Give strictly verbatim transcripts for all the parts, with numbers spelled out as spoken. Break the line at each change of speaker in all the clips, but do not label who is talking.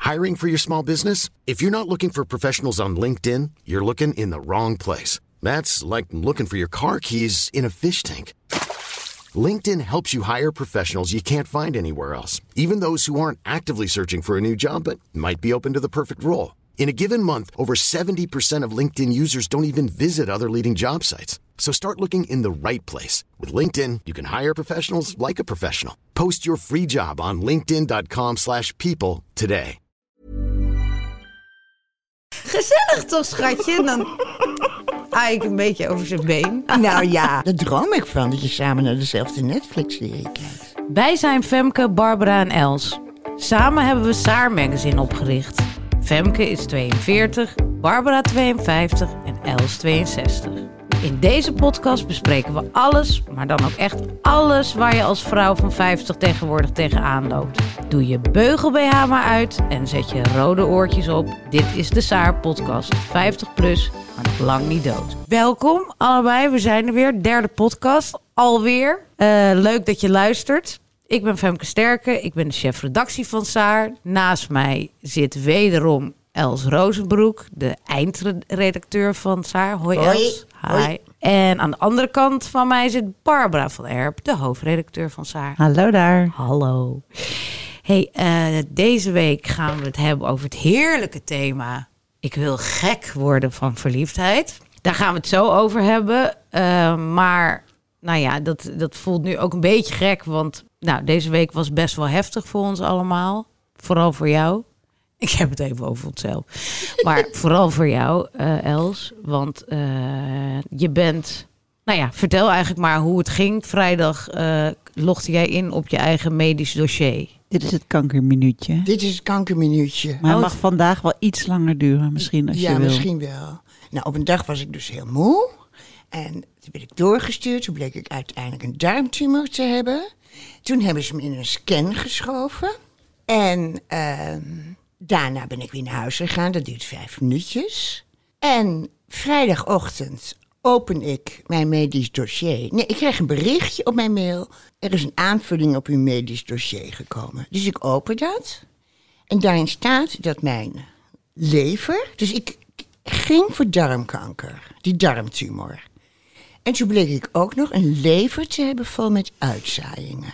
Hiring for your small business? If you're not looking for professionals on LinkedIn, you're looking in the wrong place. That's like looking for your car keys in a fish tank. LinkedIn helps you hire professionals you can't find anywhere else, even those who aren't actively searching for a new job but might be open to the perfect role. In a given month, over seventy percent of LinkedIn users don't even visit other leading job sites. So start looking in the right place. With LinkedIn, you can hire professionals like a professional. Post your free job on linkedin.com slash people today.
Gezellig toch, schatje? Dan haai ik een beetje over zijn been.
Nou ja, daar droom ik van, dat je samen naar dezelfde Netflix-serie kijkt.
Wij zijn Femke, Barbara en Els. Samen hebben we Saar Magazine opgericht. Femke is tweeënveertig, Barbara tweeënvijftig en Els tweeënzestig. In deze podcast bespreken we alles, maar dan ook echt alles waar je als vrouw van vijftig tegenwoordig tegenaan loopt. Doe je beugel B H maar uit en zet je rode oortjes op. Dit is de Saar podcast, vijftig plus, maar nog lang niet dood. Welkom allebei, we zijn er weer, derde podcast, alweer. Uh, leuk dat je luistert. Ik ben Femke Sterke, ik ben de chef-redactie van Saar. Naast mij zit wederom Els Rozenbroek, de eindredacteur van Saar. Hoi,
Hoi.
Els. Hi. Hoi. En aan de andere kant van mij zit Barbara van Erp, de hoofdredacteur van Saar.
Hallo daar.
Hallo. Hey, uh, deze week gaan we het hebben over het heerlijke thema: ik wil gek worden van verliefdheid. Daar gaan we het zo over hebben. Uh, maar nou ja, dat, dat voelt nu ook een beetje gek, want nou, deze week was best wel heftig voor ons allemaal. Vooral voor jou. Ik heb het even over onszelf. Maar vooral voor jou, uh, Els. Want uh, je bent... Nou ja, vertel eigenlijk maar hoe het ging. Vrijdag uh, logde jij in op je eigen medisch dossier.
Dit is het kankerminuutje.
Dit is het kankerminuutje.
Maar het mag vandaag wel iets langer duren, misschien als
ja,
je wil.
Ja, misschien wel. Nou, op een dag was ik dus heel moe. En toen werd ik doorgestuurd. Toen bleek ik uiteindelijk een darmtumor te hebben. Toen hebben ze me in een scan geschoven. En uh, daarna ben ik weer naar huis gegaan. Dat duurt vijf minuutjes. En vrijdagochtend open ik mijn medisch dossier. Nee, ik krijg een berichtje op mijn mail. Er is een aanvulling op uw medisch dossier gekomen. Dus ik open dat. En daarin staat dat mijn lever... Dus ik ging voor darmkanker. Die darmtumor. En toen bleek ik ook nog een lever te hebben vol met uitzaaiingen.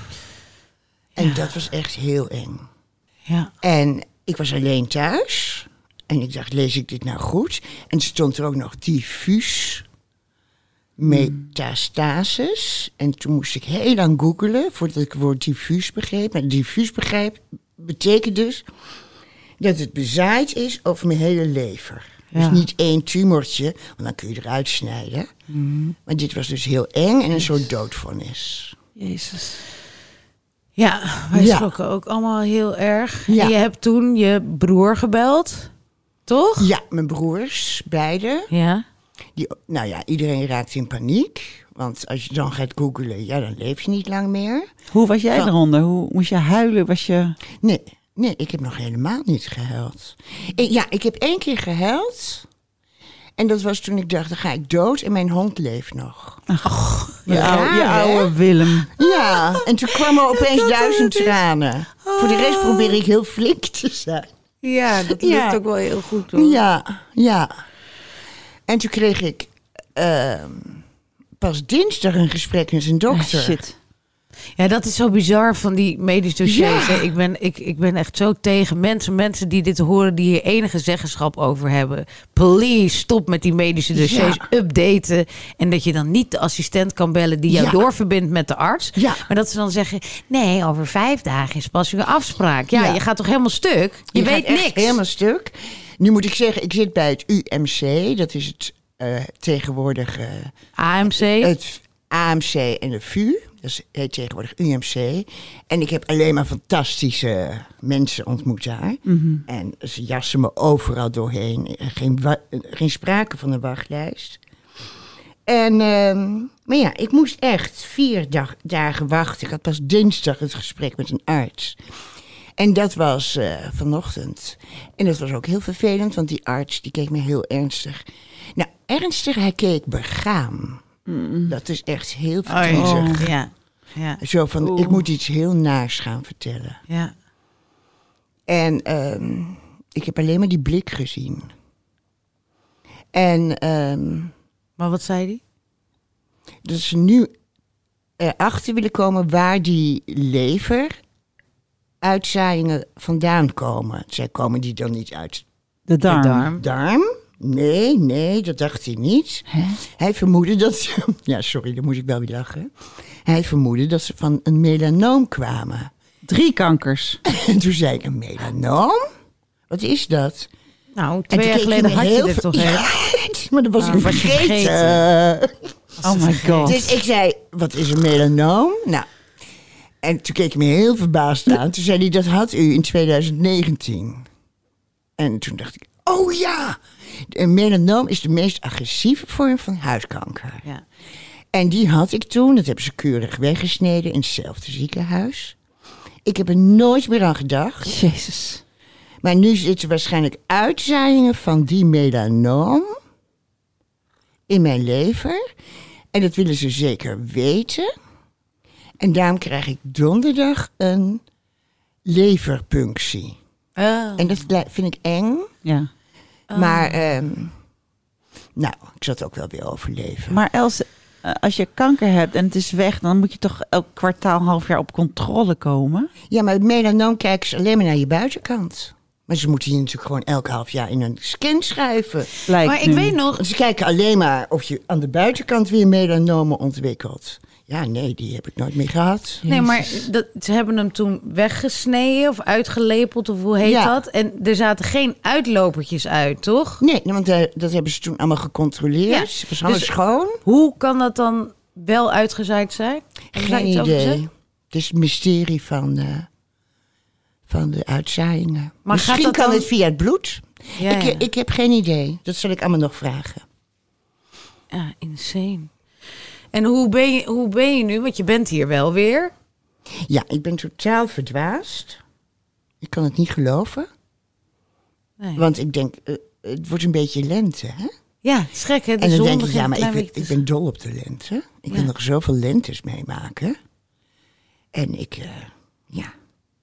En ja. Dat was echt heel eng. Ja. En ik was alleen thuis. En ik dacht, lees ik dit nou goed? En er stond er ook nog diffuus metastasis. En toen moest ik heel lang googelen voordat ik het woord diffuus begreep. Maar diffuus begrijp betekent dus dat het bezaaid is over mijn hele lever. Ja. Dus niet één tumortje, want dan kun je eruit snijden. Mm. Maar dit was dus heel eng en een soort doodvonnis.
Jezus. Ja, wij
ja.
schrokken ook allemaal heel erg.
Ja.
En je hebt toen je broer gebeld, toch?
Ja, mijn broers, beide.
Ja.
Die, nou ja, iedereen raakt in paniek. Want als je dan gaat googlen, ja, dan leef je niet lang meer.
Hoe was jij
Van,
eronder? Hoe moest je huilen? Was je...
Nee, nee, ik heb nog helemaal niet gehuild. Ik, ja, ik heb één keer gehuild. En dat was toen ik dacht, dan ga ik dood en mijn hond leeft nog.
Ach, je,
raar,
oude, je oude Willem.
Ja, en toen kwamen er opeens duizend tranen. Oh. Voor de rest probeer ik heel flink te zijn.
Ja, dat lukt ja. ook wel heel goed hoor.
Ja, ja. En toen kreeg ik uh, pas dinsdag een gesprek met zijn dokter.
Ah, shit.
Ja, dat is zo bizar van die medisch dossiers. Ja. Ik, ben, ik, ik ben echt zo tegen mensen, mensen die dit horen, die hier enige zeggenschap over hebben. Please, stop met die medische dossiers, ja. updaten. En dat je dan niet de assistent kan bellen die jou ja. doorverbindt met de arts. Ja. Maar dat ze dan zeggen, nee, over vijf dagen is pas uw afspraak. Ja, ja. je gaat toch helemaal stuk? Je, je weet niks.
Helemaal stuk. Nu moet ik zeggen, ik zit bij het U M C. Dat is het uh, tegenwoordige...
A M C?
Het A M C en de V U. Dat heet tegenwoordig U M C. En ik heb alleen maar fantastische mensen ontmoet daar. Mm-hmm. En ze jassen me overal doorheen. Geen, wa- geen sprake van een wachtlijst. En, um, maar ja, ik moest echt vier dag, dagen wachten. Ik had pas dinsdag het gesprek met een arts. En dat was uh, vanochtend. En dat was ook heel vervelend, want die arts die keek me heel ernstig. Nou, ernstig, hij keek begaan. Mm. Dat is echt heel verdrietig.
Oh, ja. Ja.
Zo van, Oeh. ik moet iets heel naars gaan vertellen.
Ja.
En um, ik heb alleen maar die blik gezien. En um,
Maar wat zei die?
dat ze nu erachter willen komen waar die leveruitzaaiingen vandaan komen. Zij komen die dan niet uit
De darm.
De darm.
darm? Nee, nee, dat dacht hij niet.
Hè?
Hij vermoedde dat ze... Ja, sorry, dan moet ik wel weer lachen. Hij vermoedde dat ze van een melanoom kwamen.
Drie kankers.
En toen zei ik, een melanoom? Wat is dat?
Nou,
En
twee
toen
jaar
keek
geleden
hij me
had je
heel
dit
ver-
toch, hè?
Ja, maar dat was
Ah,
ik
was je
vergeten.
Oh my god.
Dus ik zei, wat is een melanoom? Nou, en toen keek hij me heel verbaasd aan. Toen zei hij, dat had u in twintig negentien. En toen dacht ik, oh ja! Een melanoom is de meest agressieve vorm van huidkanker.
Ja.
En die had ik toen, dat hebben ze keurig weggesneden in hetzelfde ziekenhuis. Ik heb er nooit meer aan gedacht.
Jezus.
Maar nu zitten waarschijnlijk uitzaaiingen van die melanoom in mijn lever. En dat willen ze zeker weten. En daarom krijg ik donderdag een leverpunctie.
Oh.
En dat li- vind ik eng.
Ja.
Maar, ehm, nou, ik zal het ook wel weer overleven.
Maar Els, eh, als je kanker hebt en het is weg, dan moet je toch elk kwartaal, half jaar op controle komen?
Ja, maar het melanoom kijken ze alleen maar naar je buitenkant. Maar ze moeten je natuurlijk gewoon elk half jaar in een scan schrijven.
Lijkt
Maar ik
nu.
weet nog...
Want ze kijken alleen maar of je aan de buitenkant weer melanomen ontwikkelt. Ja, nee, die heb ik nooit meer gehad.
Nee, maar dat, ze hebben hem toen weggesneden of uitgelepeld, of hoe heet
Ja.
dat? En er zaten geen uitlopertjes uit, toch?
Nee, want eh, dat hebben ze toen allemaal gecontroleerd.
Ja,
Het was alles
dus-
schoon.
Hoe kan dat dan wel uitgezaaid zijn? Heb je daar
Geen
iets over gezegd?
idee. Het is het mysterie van, eh, van de uitzaaiingen.
Maar gaat
Misschien
dat
kan
dan-
het via het bloed.
Ja,
ik,
ja.
ik heb geen idee. Dat zal ik allemaal nog vragen.
Ja, insane. En hoe ben, je, hoe ben je nu? Want je bent hier wel weer.
Ja, ik ben totaal verdwaasd. Ik kan het niet geloven.
Nee.
Want ik denk, eh, het wordt een beetje lente, hè?
Ja, het is gek, hè? De
En dan
zon
denk ik,
begint
ja,
een
maar ik,
klein
ben-
beetje
ik
te-
ben dol op de lente. Ik
Ja.
wil nog zoveel lentes meemaken. En ik, eh, ja,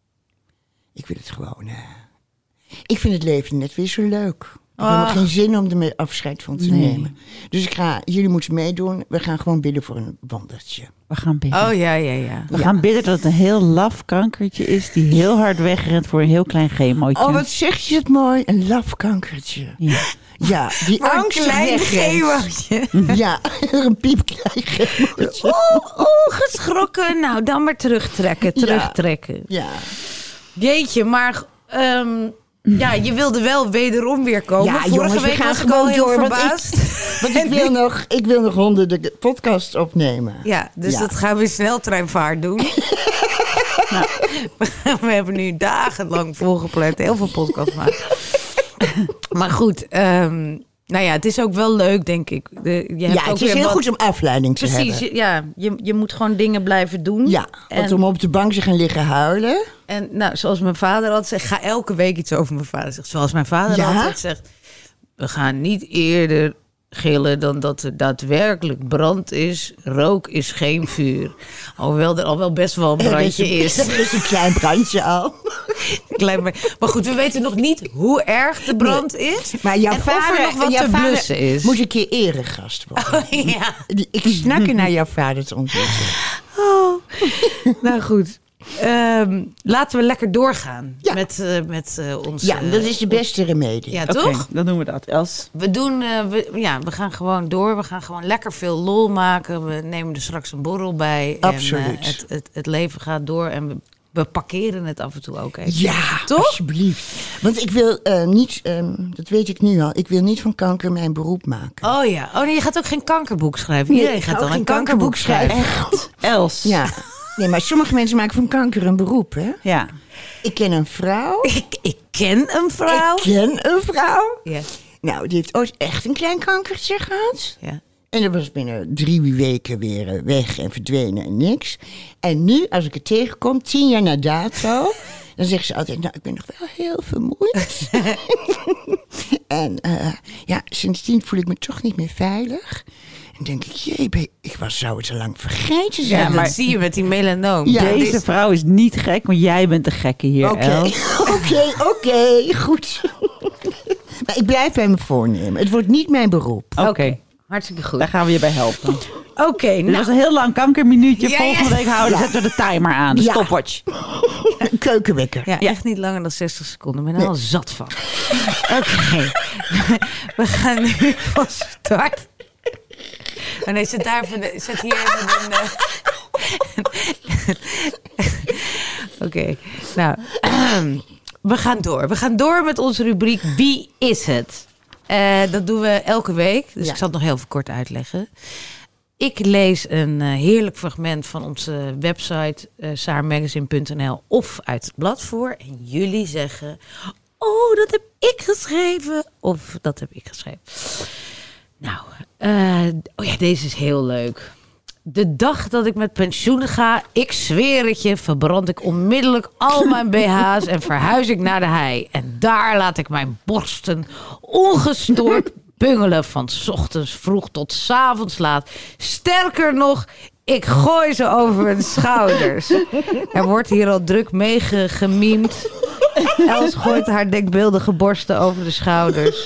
ik wil het gewoon... eh, ik vind het leven net weer zo leuk. Ik heb
Ah.
helemaal geen zin om er afscheid van te
Nee.
nemen. Dus ik ga, jullie moeten meedoen. We gaan gewoon bidden voor een wandertje.
We gaan bidden.
Oh, ja, ja, ja.
We gaan bidden dat het een heel laf kankertje is die heel hard wegrent voor een heel klein chemootje.
Oh, wat zeg je het mooi. Een lafkankertje.
Ja.
Ja, die angst wegrent. Ja, een piepklein chemootje.
Oeh, oeh, geschrokken. Nou, dan maar terugtrekken,
Ja.
terugtrekken.
Ja.
Jeetje, maar ehm, ja, je wilde wel wederom weer komen.
Ja,
Vorige
jongens, we
week
gaan
was ik al
gewoon
heel
door, want ik-
verbaasd.
Want ik wil nog, ik wil nog honderden podcasts opnemen.
Ja, dus
Ja.
dat gaan we in sneltreinvaart doen. Nou, we hebben nu dagenlang volgepland, heel veel podcasts maken. Maar goed, ehm, nou ja, het is ook wel leuk, denk ik. De, je hebt
Ja,
ook
het is
weer
heel
wat-
goed om afleiding te
Precies,
hebben.
je- ja, je, je moet gewoon dingen blijven doen.
Ja, want
en,
om op de bank te gaan liggen huilen.
en nou, zoals mijn vader altijd zegt, ga elke week iets over mijn vader zegt. Zoals mijn vader
Ja?
altijd zegt, we gaan niet eerder gillen dan dat er daadwerkelijk brand is. Rook is geen vuur. Hoewel er al wel best wel een brandje is.
Er is een klein brandje al.
Klein be- maar goed, we weten nog niet hoe erg de brand is.
Maar jouw
en of er
vader,
nog wat
jouw
te
vader
blussen is.
moet een keer eregast worden.
Ja.
Die- Ik snak er naar jouw vader te ontmoeten.
Oh. Nou goed. Ehm, laten we lekker doorgaan
Ja.
met, eh, met eh, ons...
Ja,
eh,
dat is de beste remedie.
Ja,
Oké,
toch?
dan doen we dat. Els.
We doen, eh, we, ja, we gaan gewoon door. We gaan gewoon lekker veel lol maken. We nemen er straks een borrel bij.
Absoluut.
En, eh, het, het, het leven gaat door en we, we parkeren het af en toe ook even.
Ja,
Toch?
alsjeblieft. Want ik wil eh, niet, ehm, dat weet ik nu al, ik wil niet van kanker mijn beroep maken.
Oh ja. Oh nee, je gaat ook geen kankerboek schrijven. Iedereen
ik
gaat
ga
dan
ook
een
geen
kankerboek schrijven.
Echt?
Els.
Ja. Nee, maar sommige mensen maken van kanker een beroep, hè?
Ja.
Ik ken een vrouw.
Ik, ik ken een vrouw.
Ik ken een vrouw.
Ja,
Nou, die heeft ooit echt een klein kankertje gehad.
ja.
En dat was binnen drie weken weer eh, weg en verdwenen en niks. En nu, als ik het tegenkom, tien jaar na dato, dan zegt ze altijd, nou, ik ben nog wel heel vermoeid. En uh, ja, sindsdien voel ik me toch niet meer veilig. En Dan denk ik, jee, ik was, zou het te lang vergeten zijn.
Ja,
maar-
dat zie je met die melanoom.
Ja,
Deze
Dit-
vrouw is niet gek, maar jij bent de gekke hier,
Oké,
Els.
oké, oké, goed. Maar ik blijf bij mijn voornemen. Het wordt niet mijn beroep.
Oké,
Oké, hartstikke goed.
daar gaan we je bij helpen.
Oké,
Dit
nou,
was een heel lang kankerminuutje.
Ja,
Volgende
ja.
week houden,
Ja.
zetten we de timer aan. De
Ja.
stopwatch.
Een keukenwekker.
ja, echt niet langer dan zestig seconden. Ik ben er al zat van. Oké, we gaan nu van start. Oh nee, zet, daar even de, zet hier even een... uh... Oké, nou, we gaan door. We gaan door met onze rubriek Wie is het? Uh, dat doen we elke week, dus
Ja.
ik zal het nog heel even kort uitleggen. Ik lees een uh, heerlijk fragment van onze website uh, saarmagazine punt n l of uit het blad voor. En jullie zeggen, oh, dat heb ik geschreven. Of dat heb ik geschreven. Nou, uh, oh ja, deze is heel leuk. De dag dat ik met pensioen ga, ik zweer het je, verbrand ik onmiddellijk al mijn B H's en verhuis ik naar de hei. En daar laat ik mijn borsten ongestoord bungelen van 's ochtends vroeg tot 's avonds laat. Sterker nog, ik gooi ze over mijn schouders. Er wordt hier al druk mee ge- gemiemd. Els gooit haar denkbeeldige borsten over de schouders.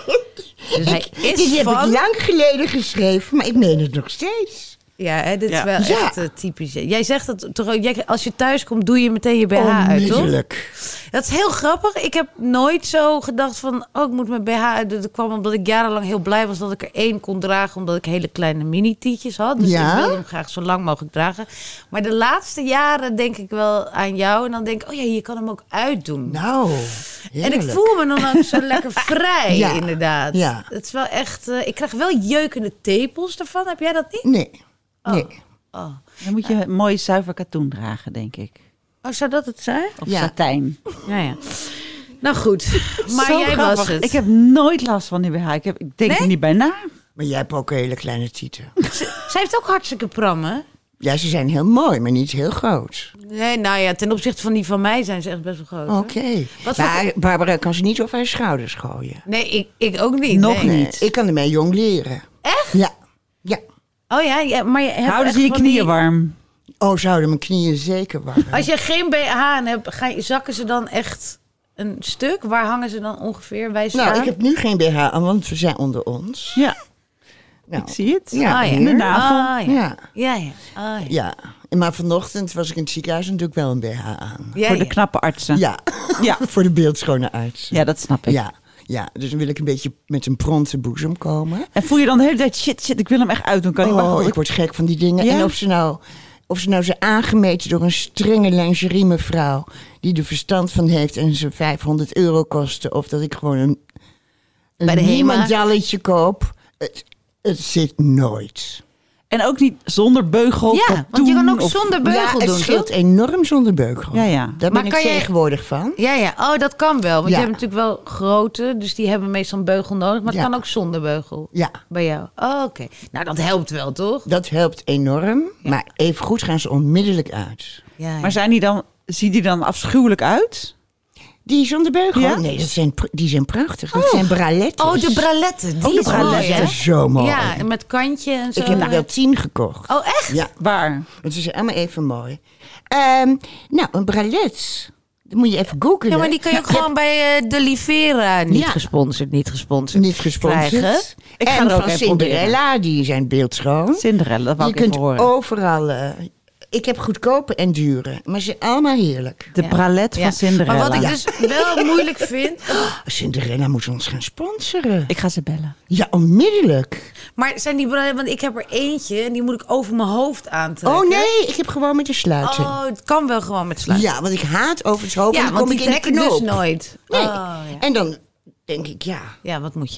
Dus hij is
Dit heb
van...
ik lang geleden geschreven, maar ik meen het nog steeds.
Ja, hè, dit is
Ja.
wel
Ja.
echt uh, typisch. Jij zegt het toch ook, jij, als je thuis komt, doe je meteen je B H uit, toch?
Onmiddellijk.
Dat is heel grappig. Ik heb nooit zo gedacht van, oh, ik moet mijn B H uit. Dat kwam omdat ik jarenlang heel blij was dat ik er één kon dragen, omdat ik hele kleine mini-tietjes had. Dus
Ja?
ik wilde hem graag zo lang mogelijk dragen. Maar de laatste jaren denk ik wel aan jou en dan denk ik, oh ja, je kan hem ook uitdoen.
Nou,
en
heerlijk.
ik voel me dan ook zo lekker vrij,
Ja.
inderdaad.
Ja.
Het is wel echt, uh, ik krijg wel jeukende tepels ervan. Heb jij dat niet?
Nee, nee.
Oh.
Dan moet je een mooi zuiver katoen dragen, denk ik.
Oh, zou dat het zijn?
Of
Ja.
satijn.
Ja, ja. Nou goed, maar
Zo
jij
grappig.
was het.
Ik heb nooit last van die B H. Ik, heb, ik denk
Nee?
er niet bij na.
Maar jij hebt ook hele kleine tieten.
Zij heeft ook hartstikke prammen.
Ja, ze zijn heel mooi, maar niet heel groot.
Nee, nou ja, ten opzichte van die van mij zijn ze echt best wel groot. hoor.
Oké.
Wat voor-
Maar Barbara kan ze niet over haar schouders gooien.
Nee, ik, ik ook niet.
Nog
nee.
niet.
Ik kan ermee jong leren.
Echt?
Ja. Ja.
Oh ja, ja, maar je hebt
Houden
echt
ze je
van
knieën
die-
warm?
Oh, zouden mijn knieën zeker warm.
Als je geen B H aan hebt, ga je, zakken ze dan echt een stuk? Waar hangen ze dan ongeveer? Wij staan?
Nou, ik heb nu geen B H aan, want we zijn onder ons.
Ja,
Nou,
ik zie het.
Ja,
Ah, ja.
in de navel.
Ah, ja.
Ja.
Ja, ja. Ah, ja.
Ja. Maar vanochtend was ik in het ziekenhuis en natuurlijk wel een B H aan.
Ja,
Voor de
ja.
knappe artsen.
Ja.
Ja.
Voor de beeldschone arts.
Ja, dat snap ik.
Ja. Ja, dus dan wil ik een beetje met een pronte boezem komen.
En voel je dan de hele tijd, shit, shit, ik wil hem echt uitdoen. Kan ik
Oh,
wachten?
ik word gek van die dingen.
Ja?
En of ze nou, of ze nou zijn aangemeten door een strenge lingerie mevrouw die er verstand van heeft en ze vijfhonderd euro kosten, of dat ik gewoon een,
Bij de
een
Hema?
niemandalletje koop. Het, het zit nooit.
En ook niet zonder beugel,
Ja, want je kan ook
of-
zonder beugel
ja,
doen,
het scheelt
toch?
enorm zonder beugel.
Ja, ja.
Daar
Maar
ben
kan
ik
jij-
tegenwoordig van.
Ja, ja. Oh, dat kan wel. Want
Ja.
je hebt natuurlijk wel grote, dus die hebben meestal een beugel nodig. Maar het
Ja.
kan ook zonder beugel
Ja,
bij jou. Oh, oké. Nou, dat helpt wel, toch?
dat helpt enorm. Maar even goed gaan ze onmiddellijk uit.
Ja, ja.
Maar zijn die dan, ziet die dan afschuwelijk uit?
Die zonder beugel?
Ja?
Nee, dat zijn, pr- die zijn prachtig. Dat zijn bralettes.
Oh, de braletten. Die
Oh, de
is mooi,
braletten
hè?
is zo mooi.
Ja, en met kantje en zo.
Ik heb er wel tien gekocht.
Oh, echt?
Ja,
Waar?
want ze zijn allemaal even mooi. Ehm, nou, een bralet. Dan moet je even googlen.
Ja, maar die kan je ook gewoon bij eh, de Livera, niet
Ja.
gesponsord, niet gesponsord,
Niet gesponsord.
krijgen.
Ik ga
en
er ook
van
even
Cinderella, die zijn beeldschoon.
Cinderella, dat wou
Je
ik even
kunt
horen.
overal... eh, ik heb goedkope en dure, maar ze zijn allemaal heerlijk.
De
Ja.
bralet
Ja.
van Cinderella.
Maar wat ik
Ja.
dus wel moeilijk vind...
Cinderella moet ons gaan sponsoren.
Ik ga ze bellen.
Ja, onmiddellijk.
Maar zijn die braletten... Want ik heb er eentje en die moet ik over mijn hoofd aantrekken.
Oh nee, ik heb gewoon met de sluiting.
Oh, het kan wel gewoon met sluiten.
Ja, want ik haat over het hoofd.
Ja,
en dan
want
kom
die
ik in de
trek ik dus
knoop.
nooit.
Nee.
Oh, ja.
En dan denk ik, ja.
Ja, wat moet je?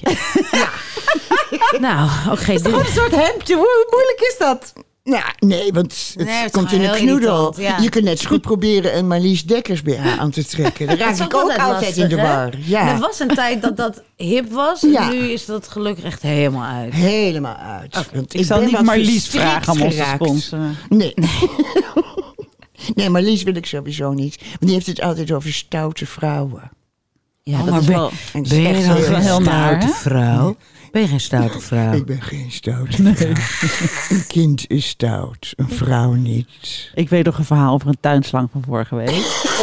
Nou, oké. dit-
Gewoon een soort hemdje. Hoe moeilijk is dat? Nou, nee, want het
Nee, het is
komt in
gewoon
een
heel
knoedel.
irritant, ja.
Je kunt net zo goed proberen een Marlies Dekkers B H aan te trekken. Daar raak
Dat is
ik ook
altijd
altijd in de
lastig, hè?
war. Ja,
Er was een tijd dat dat hip was. En
Ja.
nu is dat gelukkig echt helemaal uit.
helemaal uit. Want
Ik, zal
ben
niet
wat
Marlies
verstrikt
vragen om ons te
geraakt.
sponsoren.
Nee. Nee, Marlies wil ik sowieso niet. Want die heeft het altijd over stoute vrouwen.
Ja,
Oh,
dat
maar
is
ben-
wel...
En het
Ben
is
je
echt
dan
heel
geen
erg
heel naar,
stoute
hè?
vrouw? Ben je geen stoute vrouw?
Ik ben geen stout. Een kind is stout, een vrouw niet.
Ik weet nog een verhaal over een tuinslang van vorige week.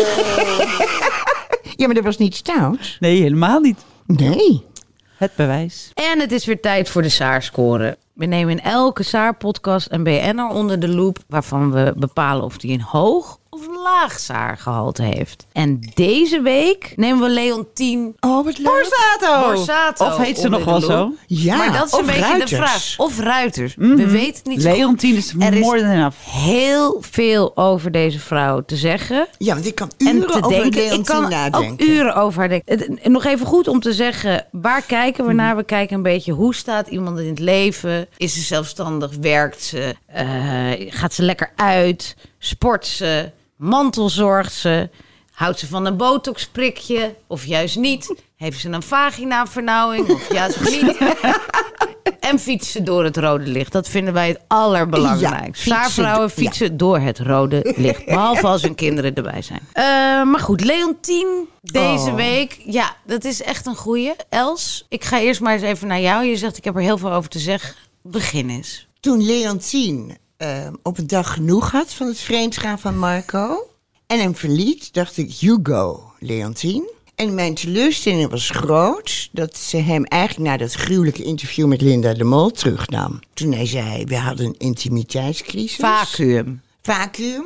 Ja, maar dat was niet stout.
Nee, helemaal niet.
Nee.
Het bewijs.
En het is weer tijd voor de Saar-score. We nemen in elke Saar-podcast een B N'er onder de loep, waarvan we bepalen of die een hoog of laag Saar-gehalte heeft. En deze week nemen we Leontien
Oh, wat leuk.
Borsato!
Borsato
Of heet ze
onder
nog
de
wel
loep.
zo?
Ja,
Maar dat is
of
een beetje
ruiters.
de vraag. Of ruiters.
Mhm.
We weten het niet zo goed.
Leontien is
Er is-
more than enough.
Heel veel over deze vrouw te zeggen.
Ja, want ik kan
En
uren
te
over
denken.
Leontien
Ik kan
nadenken.
ook uren over haar denken. Het- Nog even goed om te zeggen, waar kijken we naar? We kijken een beetje, hoe staat iemand in het leven? Is ze zelfstandig? Werkt ze? Eh, gaat ze lekker uit? Sport ze? Mantelzorgt ze? Houdt ze van een botoxprikje? Of juist niet? Heeft ze een vaginavernauwing? Of juist niet? En fietsen door het rode licht. Dat vinden wij het allerbelangrijkste.
Ja, fietsen
Saarvrouwen
do- ja.
fietsen door het rode licht. Behalve als hun kinderen erbij zijn. Eh, maar goed, Leontien deze
Oh.
week. Ja, dat is echt een goeie. Els, ik ga eerst maar eens even naar jou. Je zegt, ik heb er heel veel over te zeggen. Begin eens.
Toen Leontien eh, op een dag genoeg had van het vreemdgaan van Marco en hem verliet, dacht ik, you go, Leontien. En mijn teleurstelling was groot dat ze hem eigenlijk na dat gruwelijke interview met Linda de Mol terugnam. Toen hij zei, we hadden een intimiteitscrisis.
Vacuüm.
Vacuüm.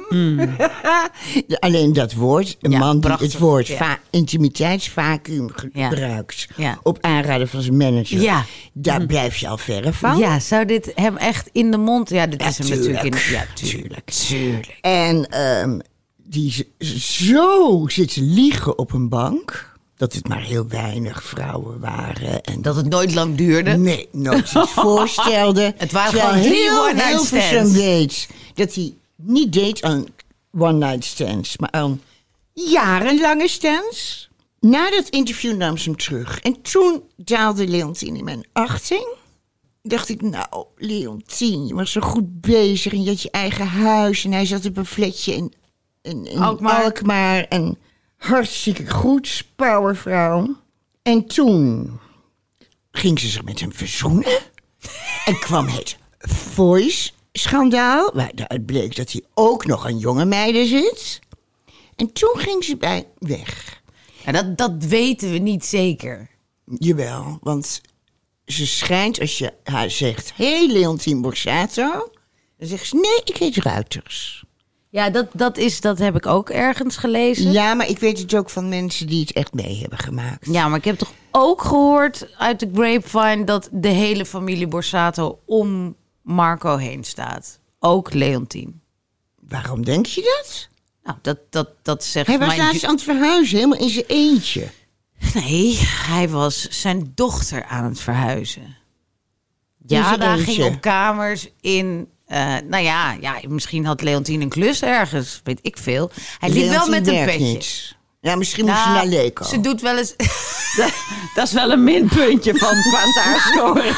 Alleen dat woord, een
Ja,
man die
prachtig,
het woord
ja.
va- intimiteitsvacuüm gebruikt
Ja.
op aanraden van zijn manager,
Ja.
daar blijf je al verre van.
Ja, zou dit hem echt in de mond... Ja, dit is hem
tuurlijk.
natuurlijk in... Ja, tuurlijk. Tuurlijk.
En ehm, die z- zo zitten liegen op een bank, dat het maar heel weinig vrouwen waren. En
Dat het nooit lang duurde.
nee, nooit zich voorstelde.
Het waren
Terwijl
gewoon drie
heel
one-night
Hilversum
stands.
weet dat hij niet deed aan one-night stands, maar aan jarenlange stands. Na dat interview nam ze hem terug. En toen daalde Leontien in mijn achting. Dacht ik, nou, Leontien, je was zo goed bezig en je had je eigen huis. En hij zat op een flatje in, in, in
Alkmaar.
Alkmaar. En hartstikke goed, powervrouw. En toen ging ze zich met hem verzoenen. En kwam het Voice-schandaal, waaruit bleek dat hij ook nog aan jonge meiden zit. En toen ging ze bij weg.
Ja, dat, dat weten we niet zeker.
Jawel, want ze schijnt als je haar zegt, hé hey, Leontien Borsato, dan zegt ze, nee, ik heet Ruiters.
Ja, dat, dat, is, dat heb ik ook ergens gelezen.
Ja, maar ik weet het ook van mensen die het echt mee hebben gemaakt.
Ja, maar ik heb toch ook gehoord uit de grapevine dat de hele familie Borsato om Marco heen staat. Ook Leontien.
Waarom denk je dat?
Nou, dat, dat, dat zegt
Hij was
mijn...
laatst aan het verhuizen, helemaal in zijn eentje.
Nee, hij was zijn dochter aan het verhuizen.
In
Ja,
zijn
daar
eentje.
ging op kamers in... eh, nou ja, ja, misschien had Leontien een klus ergens, weet ik veel. Hij liep wel
Leontien
met een
werkt
petje.
niet. Ja, misschien moet
Nou,
ze naar Leco.
Ze doet wel eens...
Dat is wel een minpuntje van qua Saar-score.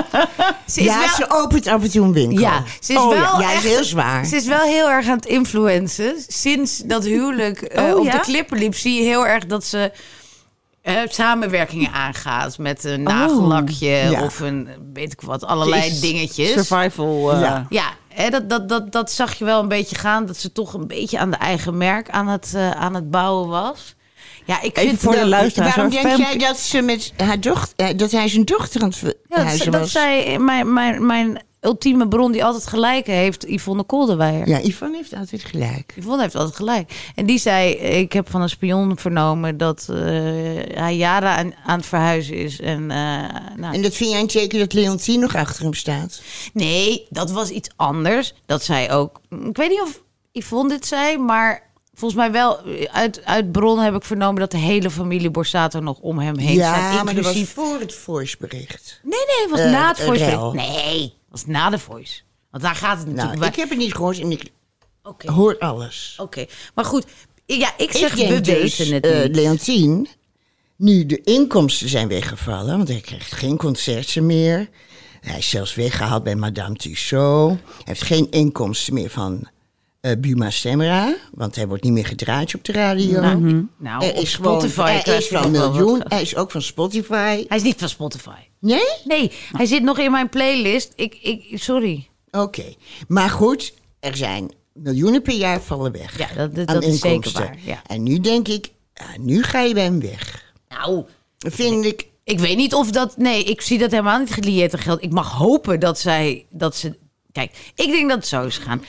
ze is
Ja,
wel...
ze opent af en toe een winkel.
Ja, ze is
Oh,
wel
ja. Ja,
echt,
is heel zwaar.
Ze is wel heel erg aan het influencen. Sinds dat huwelijk eh,
Oh,
op
ja?
de klippen liep, zie je heel erg dat ze eh, samenwerkingen aangaat met een nagellakje
ja.
of een weet ik wat, allerlei
Is
dingetjes.
Survival. eh,
Ja.
Ja, hè, dat, dat, dat, dat zag je wel een beetje gaan. Dat ze toch een beetje aan de eigen merk aan het, eh, aan het bouwen was. Ja, ik
Even
vind
voor de
dat-
luisteraars.
Waarom
hoor.
denk
Femke-
jij dat ze met haar dochter, eh, dat hij zijn dochter aan het
Ja, dat,
verhuizen
dat
was?
zei mijn, mijn, mijn ultieme bron die altijd gelijk heeft, Yvonne Kolderweijer.
Ja, Yvonne heeft altijd gelijk.
Yvonne heeft altijd gelijk. En die zei, ik heb van een spion vernomen dat eh, hij jaren aan, aan het verhuizen is. En, eh, nou,
En dat vind jij een teken dat Leontien nog achter hem staat?
nee, dat was iets anders. Dat zei ook, ik weet niet of Yvonne dit zei, maar volgens mij wel, uit, uit bron heb ik vernomen dat de hele familie Borsato nog om hem heen
ja,
staat.
maar dat was
Inclusief...
voor het voicebericht.
Nee, nee, het was
Eh,
na het
eh,
voice.
rel.
Nee, het was na de voice. Want daar gaat het natuurlijk
Nou,
bij.
ik heb het niet gehoord en ik
Oké,
hoor alles.
oké. Maar goed, ja, ik zeg,
ik denk
we
dus,
weten het
eh,
niet.
Leontien, nu de inkomsten zijn weggevallen, want hij krijgt geen concerten meer. Hij is zelfs weggehaald bij Madame Tussauds. Hij heeft geen inkomsten meer van uh, Buma Stemra. Want hij wordt niet meer gedraaid op de radio.
Nou,
Mm-hmm.
nou
Er
op
is gewoon,
Spotify.
hij
krijg
is
je
van
nog wel wat
miljoen.
geld.
Hij is ook van Spotify.
Hij is niet van Spotify.
Nee?
Nee, hij zit nog in mijn playlist. Ik, ik, sorry.
Oké. Okay. Maar goed, er zijn miljoenen per jaar vallen weg.
Ja, dat, dat,
aan
dat is zeker
inkomsten.
waar. Ja.
En nu denk ik, ja, nu ga je bij hem weg.
Nou,
Vind ik...
ik weet niet of dat... Nee, ik zie dat helemaal niet gelieerd aan geld. Ik mag hopen dat zij... Dat ze, kijk, ik denk dat het zo is gegaan.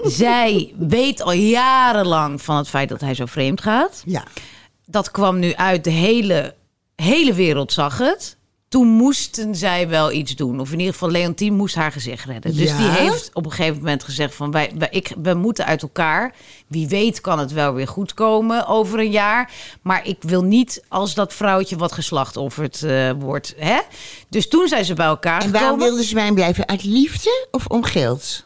Zij weet al jarenlang van het feit dat hij zo vreemd gaat.
Ja.
Dat kwam nu uit. De hele, hele wereld zag het. Toen moesten zij wel iets doen. Of in ieder geval Leontien moest haar gezicht redden. Dus
Ja?
die heeft op een gegeven moment gezegd van... Wij, wij, ik, we moeten uit elkaar. Wie weet kan het wel weer goed komen over een jaar. Maar ik wil niet als dat vrouwtje wat geslachtofferd uh, wordt. Hè? Dus toen zijn ze bij elkaar
En
gekomen.
waarom wilden ze bij hem blijven? Uit liefde of om geld?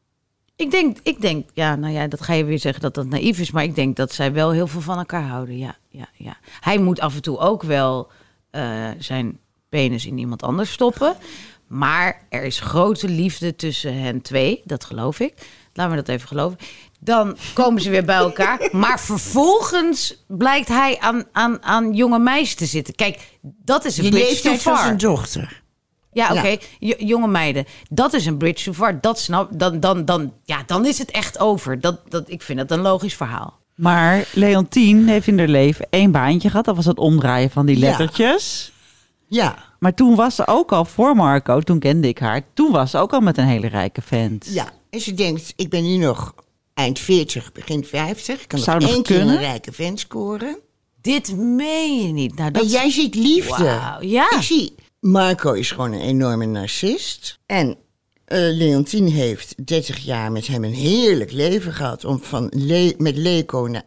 Ik denk, ik denk, ja, nou ja, dat ga je weer zeggen dat dat naïef is. Maar ik denk dat zij wel heel veel van elkaar houden. Ja, ja, ja. Hij moet af en toe ook wel uh, zijn penis in iemand anders stoppen. Maar er is grote liefde tussen hen twee. Dat geloof ik. Laten we dat even geloven. Dan komen ze weer bij elkaar. Maar vervolgens blijkt hij aan, aan, aan jonge meisjes te zitten. Kijk, dat is een
De
bridge too
leeftijd van
far.
zijn dochter.
Ja, oké.
Ja.
J- jonge meiden. Dat is een bridge too far. Dat snap, dan, dan, dan, ja, dan is het echt over. Dat, dat, ik vind dat een logisch verhaal.
Maar Leontien heeft in haar leven één baantje gehad. Dat was het omdraaien van die
Ja.
lettertjes.
Ja,
Maar toen was ze ook al, voor Marco, toen kende ik haar. Toen was ze ook al met een hele rijke vent.
ja. En ze denkt, ik ben nu nog eind veertig, begin vijftig. Ik kan
Zou
nog
nog
één keer
kunnen.
een rijke vent scoren.
Dit meen je niet. Nou, dat
Maar jij ziet liefde.
Wauw, ja.
Ik zie, Marco is gewoon een enorme narcist. En uh, Leontien heeft dertig jaar met hem een heerlijk leven gehad. Om van Le- met Leko naar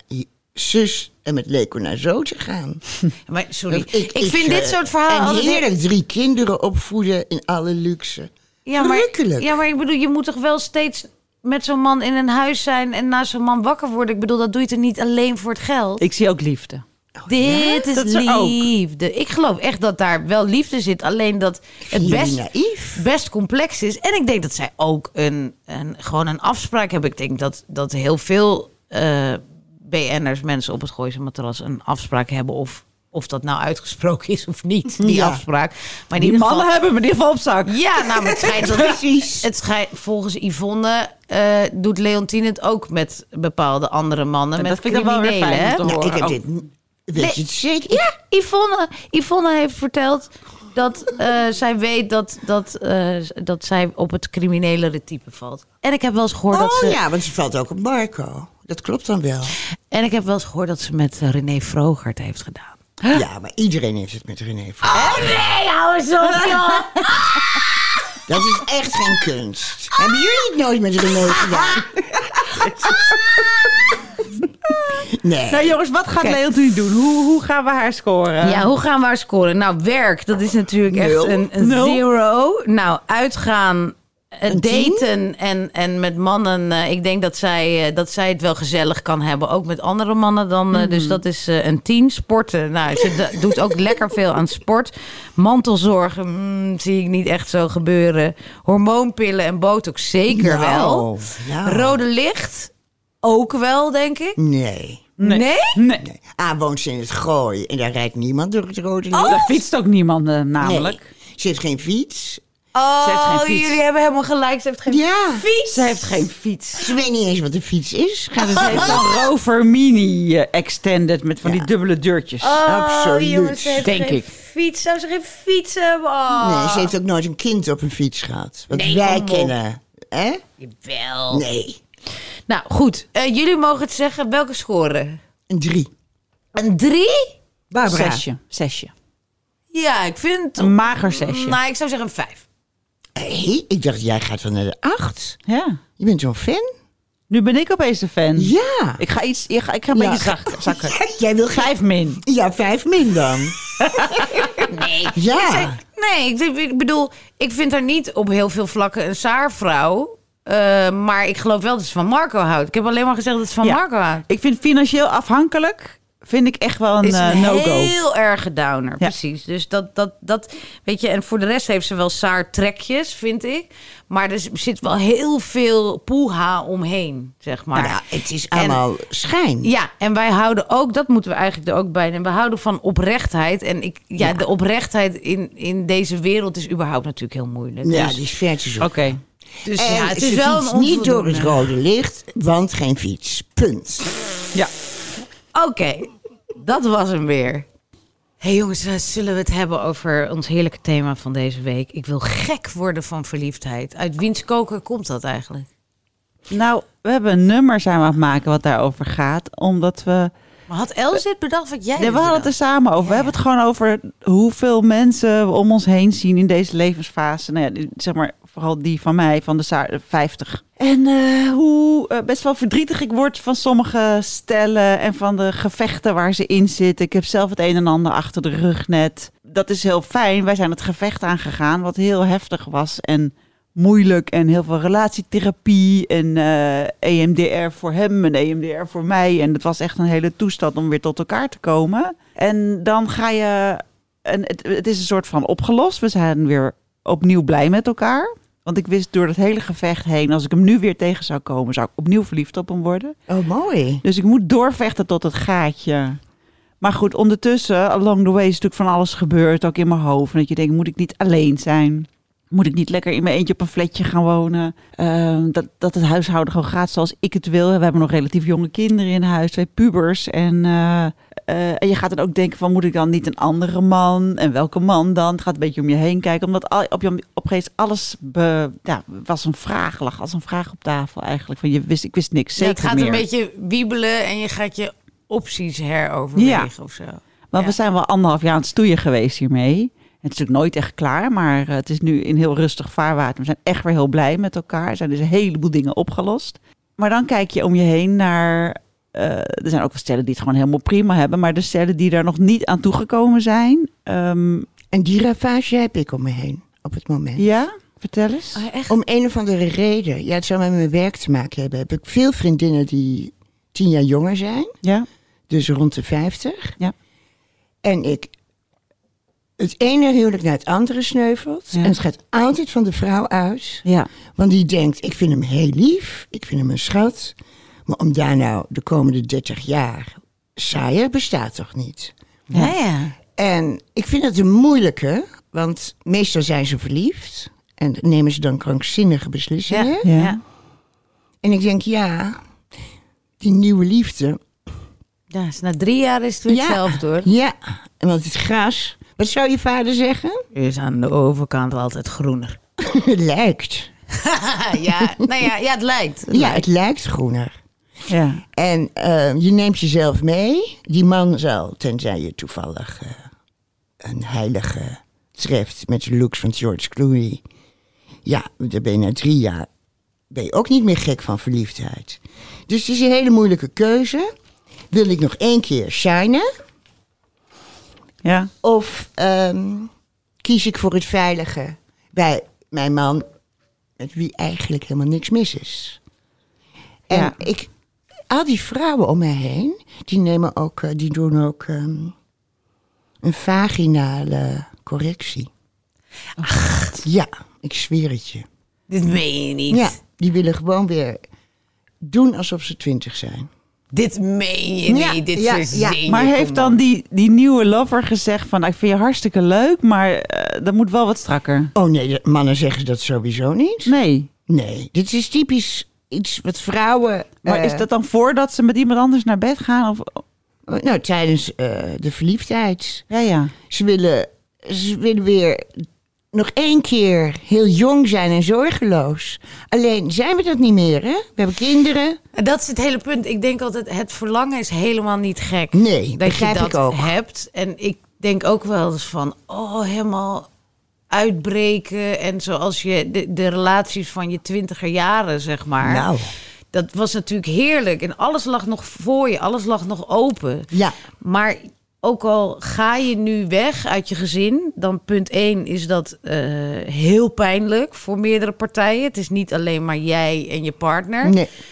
zus en met Leko naar zo te gaan.
Maar sorry, ik,
Ik,
vind
eh,
dit soort verhalen
En
altijd heel-
heerlijk drie kinderen opvoeden in alle luxe.
Ja, maar,
Verrukkelijk.
ja, maar ik bedoel, je moet toch wel steeds met zo'n man in een huis zijn en naast zo'n man wakker worden. Ik bedoel, dat doe je toch niet alleen voor het geld?
Ik zie ook liefde.
Dit is
Dat is er ook.
liefde. Ik geloof echt dat daar wel liefde zit. Alleen dat het
Vind je
best,
naïef?
best complex is. En ik denk dat zij ook een, een, gewoon een afspraak hebben. Ik denk dat, dat heel veel uh, B N'ers, mensen op het Gooise Matras, een afspraak hebben. Of, of dat nou uitgesproken is of niet, die
Ja.
afspraak. Maar in
Die
ieder
mannen
geval,
hebben me in ieder geval op zak.
ja, nou, maar het schijnt dat...
Precies.
Het schijnt, volgens Yvonne uh, doet Leontien het ook met bepaalde andere mannen.
Dat
met
vind ik dan wel weer
criminelen,
fijn
hè?
om te
Nou, ik heb
Oh.
dit... Weet je het zeker?
Ja, Yvonne, Yvonne heeft verteld dat uh, zij weet dat, dat, uh, dat zij op het criminelere type valt. En ik heb wel eens gehoord dat
Oh
ze...
ja, want ze valt ook op Marco. Dat klopt dan wel.
En ik heb wel eens gehoord dat ze met uh, René Vroogert heeft gedaan.
Ja, maar iedereen heeft het met René Vroeg.
Oh nee, hou eens op, joh!
Dat is echt geen kunst. Hebben jullie het nooit met René gedaan? Nee.
Nou jongens, wat gaat
Kijk.
Leontien doen? Hoe, hoe gaan we haar scoren?
Ja, hoe gaan we haar scoren? Nou, werk, dat is natuurlijk
Nul.
echt een, een
Nul.
zero. Nou, uitgaan, uh,
Een tien?
daten en, en met mannen. Uh, ik denk dat zij, uh, dat zij het wel gezellig kan hebben. Ook met andere mannen dan. Uh, Dus dat is uh, een tien. Sporten, nou, ze d- doet ook lekker veel aan sport. Mantelzorgen, mm, zie ik niet echt zo gebeuren. Hormoonpillen en botox, zeker
Nou,
wel.
nou.
Rode licht, ook wel, denk ik.
Nee.
Nee.
Nee?
Nee.
nee. A, woont ze in het Gooi en daar rijdt niemand door het rode
Oh,
licht.
Daar fietst ook niemand uh, namelijk.
Nee. Ze heeft geen fiets.
Oh,
Ze heeft geen fiets.
jullie hebben helemaal gelijk. Ze heeft geen
Ja.
fiets.
Ze heeft geen fiets.
Ze weet niet eens wat een fiets is. Gaat het
Ze heeft een Rover Mini uh, extended met van
Ja.
die dubbele deurtjes.
Oh,
Absoluut.
jongens, ze heeft
Denk
geen
ik.
fiets. Zou ze geen fiets hebben? Oh.
Nee, ze heeft ook nooit een kind op een fiets gehad. Wat
Nee,
wij
kom op.
kennen. Hè?
Jawel.
Nee.
Nou, goed. Uh, jullie mogen het zeggen. Welke score?
Een drie.
Een drie?
Barbara.
Zesje. Zesje.
Ja, ik vind...
Een mager zesje.
Nou, ik zou zeggen een vijf.
Hé, ik dacht, jij gaat wel naar de acht.
Ja.
Je bent zo'n fan?
Nu ben ik opeens de fan.
Ja.
Ik ga iets, ik ga, ik ga een
Ja.
beetje zak, zakken.
Jij wil geen...
Vijf min.
Ja, vijf min dan.
Nee.
Ja.
Nee, ik, ik bedoel, ik vind haar niet op heel veel vlakken een saarvrouw. Uh, maar ik geloof wel dat ze van Marco houdt. Ik heb alleen maar gezegd dat ze van
Ja.
Marco houdt.
Ik vind financieel afhankelijk vind ik echt wel een
is
uh,
een
no-go.
heel erge downer,
Ja.
precies. Dus dat, dat, dat, weet je, en voor de rest heeft ze wel saar trekjes, vind ik. Maar er zit wel heel veel poeha omheen, zeg maar.
Nou, het is allemaal en, schijn.
Ja, en wij houden ook, dat moeten we eigenlijk er ook bij nemen. We houden van oprechtheid. En ik, ja, ja. de oprechtheid in, in deze wereld is überhaupt natuurlijk heel moeilijk.
Ja,
dus,
die is vertjes op.
Oké. Okay. Dus
en
ja, het
is
is wel een
niet door het rode licht, want geen fiets. Punt.
Ja. Oké, okay. Dat was hem weer. Hé hey jongens, zullen we het hebben over ons heerlijke thema van deze week? Ik wil gek worden van verliefdheid. Uit wiens koker komt dat eigenlijk?
Nou, we hebben een nummer zijn we aan het maken wat daarover gaat. Omdat we...
Maar had Els dit bedacht wat jij
Nee, we hadden het er samen over.
Ja.
We hebben het gewoon over hoeveel mensen we om ons heen zien in deze levensfase. Nou ja, zeg maar vooral die van mij, van de vijftig. En uh, hoe uh, best wel verdrietig ik word van sommige stellen en van de gevechten waar ze in zitten. Ik heb zelf het een en ander achter de rug net. Dat is heel fijn. Wij zijn het gevecht aangegaan, wat heel heftig was en moeilijk. En heel veel relatietherapie en uh, E M D R voor hem en E M D R voor mij. En het was echt een hele toestand om weer tot elkaar te komen. En dan ga je... En het, het is een soort van opgelost. We zijn weer opnieuw blij met elkaar. Want ik wist door het hele gevecht heen, als ik hem nu weer tegen zou komen, zou ik opnieuw verliefd op hem worden.
Oh, mooi.
Dus ik moet doorvechten tot het gaatje. Maar goed, ondertussen, along the way is natuurlijk van alles gebeurd, ook in mijn hoofd. En dat je denkt, moet ik niet alleen zijn? Moet ik niet lekker in mijn eentje op een flatje gaan wonen? Uh, dat, dat het huishouden gewoon gaat zoals ik het wil. We hebben nog relatief jonge kinderen in huis, twee pubers. En, uh, uh, en je gaat dan ook denken van, moet ik dan niet een andere man? En welke man dan? Het gaat een beetje om je heen kijken. Omdat al, op je opeens alles be, ja, was een vraag, lag als een vraag op tafel eigenlijk. Van je wist, ik wist niks zeker
ja, het gaat
meer.
een beetje wiebelen en je gaat je opties heroverwegen ja. of zo.
Maar
ja.
we zijn wel anderhalf jaar aan het stoeien geweest hiermee. Het is natuurlijk nooit echt klaar, maar het is nu in heel rustig vaarwater. We zijn echt weer heel blij met elkaar. Er zijn dus een heleboel dingen opgelost. Maar dan kijk je om je heen naar... Uh, er zijn ook wel stellen die het gewoon helemaal prima hebben. Maar de stellen die daar nog niet aan toegekomen zijn. Um...
En die ravage heb ik om me heen op het moment.
Ja? Vertel eens.
Oh, echt?
Om een of andere reden. Ja, het zou met mijn werk te maken hebben. Heb ik veel vriendinnen die tien jaar jonger zijn.
Ja.
Dus rond de vijftig.
Ja.
En ik... Het ene huwelijk naar het andere sneuvelt.
Ja.
En het gaat altijd van de vrouw uit.
Ja.
Want die denkt, ik vind hem heel lief. Ik vind hem een schat. Maar om daar nou de komende dertig jaar... saaier bestaat toch niet?
Ja, ja.
En ik vind het een moeilijke. Want meestal zijn ze verliefd. En nemen ze dan krankzinnige beslissingen.
Ja.
Ja.
En ik denk, ja... die nieuwe liefde...
Ja, dus na drie jaar is het weer
ja,
hetzelfde hoor.
Ja, en want het gras... Wat zou je vader zeggen?
Is aan de overkant altijd groener.
Het lijkt.
ja, nou ja, ja, het lijkt. Het
ja,
lijkt.
het lijkt groener.
Ja.
En uh, je neemt jezelf mee. Die man zal, tenzij je toevallig uh, een heilige treft met de looks van George Clooney. Ja, dan ben je na drie jaar ben je ook niet meer gek van verliefdheid. Dus het is een hele moeilijke keuze. Wil ik nog één keer shinen?
Ja.
Of um, kies ik voor het veilige bij mijn man, met wie eigenlijk helemaal niks mis is. En
ja.
ik, al die vrouwen om mij heen, die nemen ook, uh, die doen ook um, een vaginale correctie.
Ach.
Ja, ik zweer het je.
Dit meen je niet.
Ja, die willen gewoon weer doen alsof ze twintig zijn.
Dit meen je
Ja,
niet, dit
ja,
verzin
ja.
je,
Maar
kom
heeft dan
op.
die, die nieuwe lover gezegd van... ik vind je hartstikke leuk, maar uh, dat moet wel wat strakker.
Oh nee, de mannen zeggen dat sowieso niet.
Nee.
Nee, dit is typisch iets wat vrouwen...
Maar
uh,
is dat dan voordat ze met iemand anders naar bed gaan? Of...
Nou, tijdens uh, de verliefdheid.
Ja, ja.
Ze willen, ze willen weer nog één keer heel jong zijn en zorgeloos. Alleen zijn we dat niet meer, hè? We hebben kinderen.
En dat is het hele punt. Ik denk altijd, het verlangen is helemaal niet gek.
Nee,
dat
begrijp
je dat
ik ook.
hebt. En ik denk ook wel eens van, oh, helemaal uitbreken. En zoals je de, de relaties van je twintiger jaren, zeg maar.
Nou,
Dat was natuurlijk heerlijk. En alles lag nog voor je. Alles lag nog open.
ja.
Maar ook al ga je nu weg uit je gezin, dan punt één is dat uh, heel pijnlijk voor meerdere partijen. Het is niet alleen maar jij en je partner.
Nee.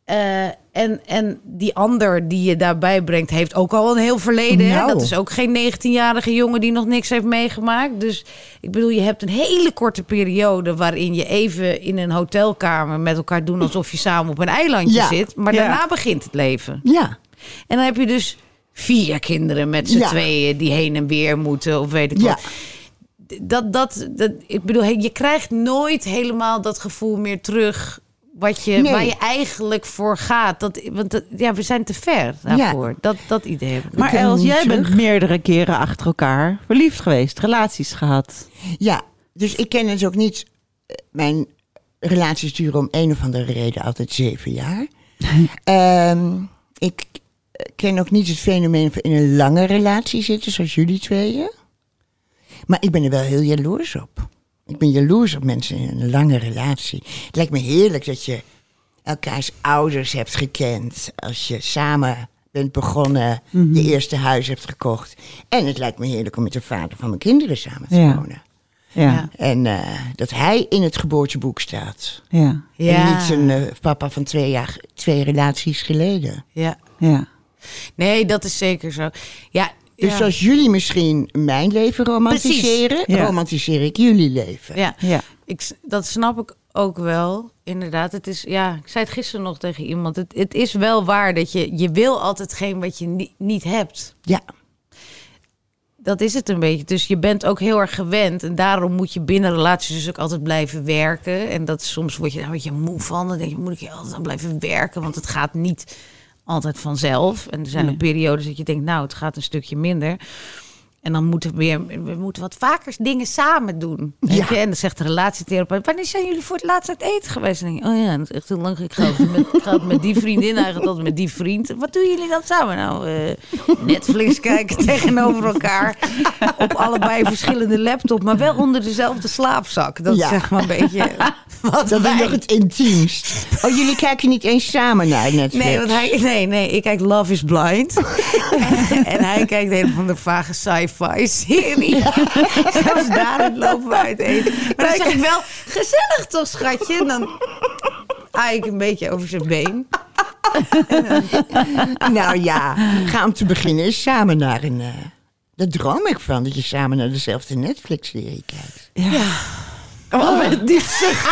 Uh, en, en die ander die je daarbij brengt, heeft ook al een heel verleden.
Nou.
Hè? Dat is ook geen negentienjarige jongen die nog niks heeft meegemaakt. Dus ik bedoel, je hebt een hele korte periode waarin je even in een hotelkamer met elkaar doen alsof je samen op een eilandje
ja.
zit. Maar
Ja.
daarna begint het leven.
Ja.
En dan heb je dus vier kinderen met z'n
Ja.
tweeën die heen en weer moeten of weet ik wat.
Ja.
Dat, dat, dat, ik bedoel, je krijgt nooit helemaal dat gevoel meer terug wat je,
Nee.
waar je eigenlijk voor gaat. Dat, want dat, ja, we zijn te ver daarvoor.
Ja.
Dat, dat idee heb ik.
Maar
kunnen
Els,
niet
jij
terug.
bent meerdere keren achter elkaar verliefd geweest, relaties gehad.
Ja, dus ik ken het ook niet. Mijn relaties duren om een of andere reden altijd zeven jaar. um, ik ken ook niet het fenomeen van in een lange relatie zitten, zoals jullie tweeën. Maar ik ben er wel heel jaloers op. Ik ben jaloers op mensen in een lange relatie. Het lijkt me heerlijk dat je elkaars ouders hebt gekend. Als je samen bent begonnen,
Mhm.
je eerste huis hebt gekocht. En het lijkt me heerlijk om met de vader van mijn kinderen samen te
Ja.
wonen.
Ja,
Ja.
ja.
En uh, dat hij in het geboorteboek staat.
ja,
Ja.
En niet zijn uh, papa van twee, jaar, twee relaties geleden.
Ja.
ja.
Nee, dat is zeker zo. Ja,
Dus
ja.
zoals jullie misschien mijn leven romantiseren,
Precies. Ja.
romantiseer ik jullie leven.
Ja.
ja.
Ik, s- dat snap ik ook wel. Inderdaad, het is, ja, ik zei het gisteren nog tegen iemand. Het, het is wel waar dat je, je wil altijd geen wat je ni- niet hebt.
Ja.
Dat is het een beetje. Dus je bent ook heel erg gewend. En daarom moet je binnen relaties dus ook altijd blijven werken. En dat soms word je daar een beetje moe van. Dan denk je, moet ik hier altijd aan blijven werken? Want het gaat niet altijd vanzelf. En er zijn
Nee.
ook periodes dat je denkt, nou, het gaat een stukje minder. En dan moeten we weer, we moeten wat vaker dingen samen doen. Weet
Ja.
je? En dan zegt de relatietherapeut, wanneer zijn jullie voor het laatst uit eten geweest? En dan denk je, oh ja, dat is echt heel lang. Ik ga altijd met, ik ga altijd met die vriendin, eigenlijk altijd met die vriend. Wat doen jullie dan samen? Nou, eh, Netflix kijken tegenover elkaar. Op allebei verschillende laptop, maar wel onder dezelfde slaapzak. Dat
Ja.
is zeg maar een beetje wat
Dat is
wij-
nog het intiemst. Oh, jullie kijken niet eens samen naar Netflix?
Nee, want hij, nee, nee, ik kijk Love is Blind. en, en hij kijkt een van de vage sci-fi serie. Zelfs daarin lopen we uit eten. Maar dan zeg ik wel, gezellig toch, schatje? En dan aai ik een beetje over zijn been.
Nou ja, ga om te beginnen eens samen naar een... Uh, daar droom ik van, dat je samen naar dezelfde Netflix-serie kijkt.
Oh, met die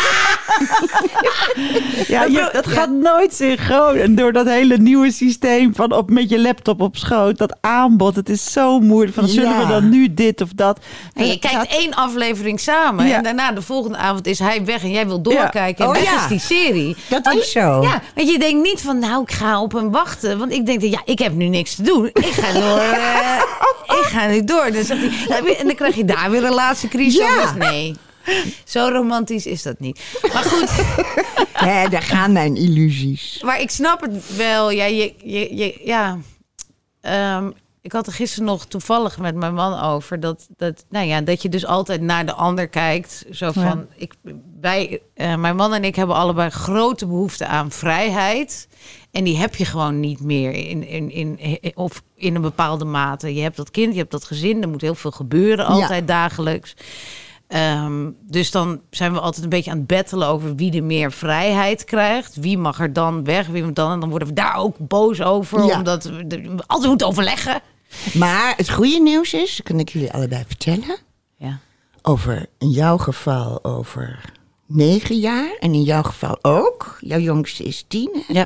ja, je, dat gaat nooit synchroon. En door dat hele nieuwe systeem van op met je laptop op schoot, dat aanbod, het is zo moeilijk. Van, zullen
Ja.
we dan nu dit of dat?
En je
Het
kijkt
gaat-
één aflevering samen.
Ja.
En daarna de volgende avond is hij weg en jij wil doorkijken.
Ja.
En
Oh,
weg
ja.
is die serie.
Dat is zo.
Ja, want je denkt niet van, nou, ik ga op hem wachten. Want ik denk, ja, ik heb nu niks te doen. Ik ga door. eh, ik ga nu door. Dan zegt hij, en dan krijg je daar weer een relatiecrisis.
Ja.
Dus nee, zo romantisch is dat niet. Maar goed,
Nee, daar gaan mijn illusies.
maar ik snap het wel. Ja, je, je, je, ja. Ehm, ik had er gisteren nog toevallig met mijn man over dat, dat, nou ja, dat je dus altijd naar de ander kijkt. Zo van,
Ja.
ik, wij, eh, mijn man en ik hebben allebei grote behoefte aan vrijheid. En die heb je gewoon niet meer in, in, in, of in een bepaalde mate. Je hebt dat kind, je hebt dat gezin, er moet heel veel gebeuren altijd dagelijks. Ehm, dus dan zijn we altijd een beetje aan het battelen over wie er meer vrijheid krijgt. Wie mag er dan weg, wie moet dan? En dan worden we daar ook boos over,
Ja.
omdat we de- we altijd moeten overleggen.
Maar het goede nieuws is, dat kan ik jullie allebei vertellen,
Ja.
over in jouw geval over negen jaar. En in jouw geval ook. Jouw jongste is tien. Hè?
Ja.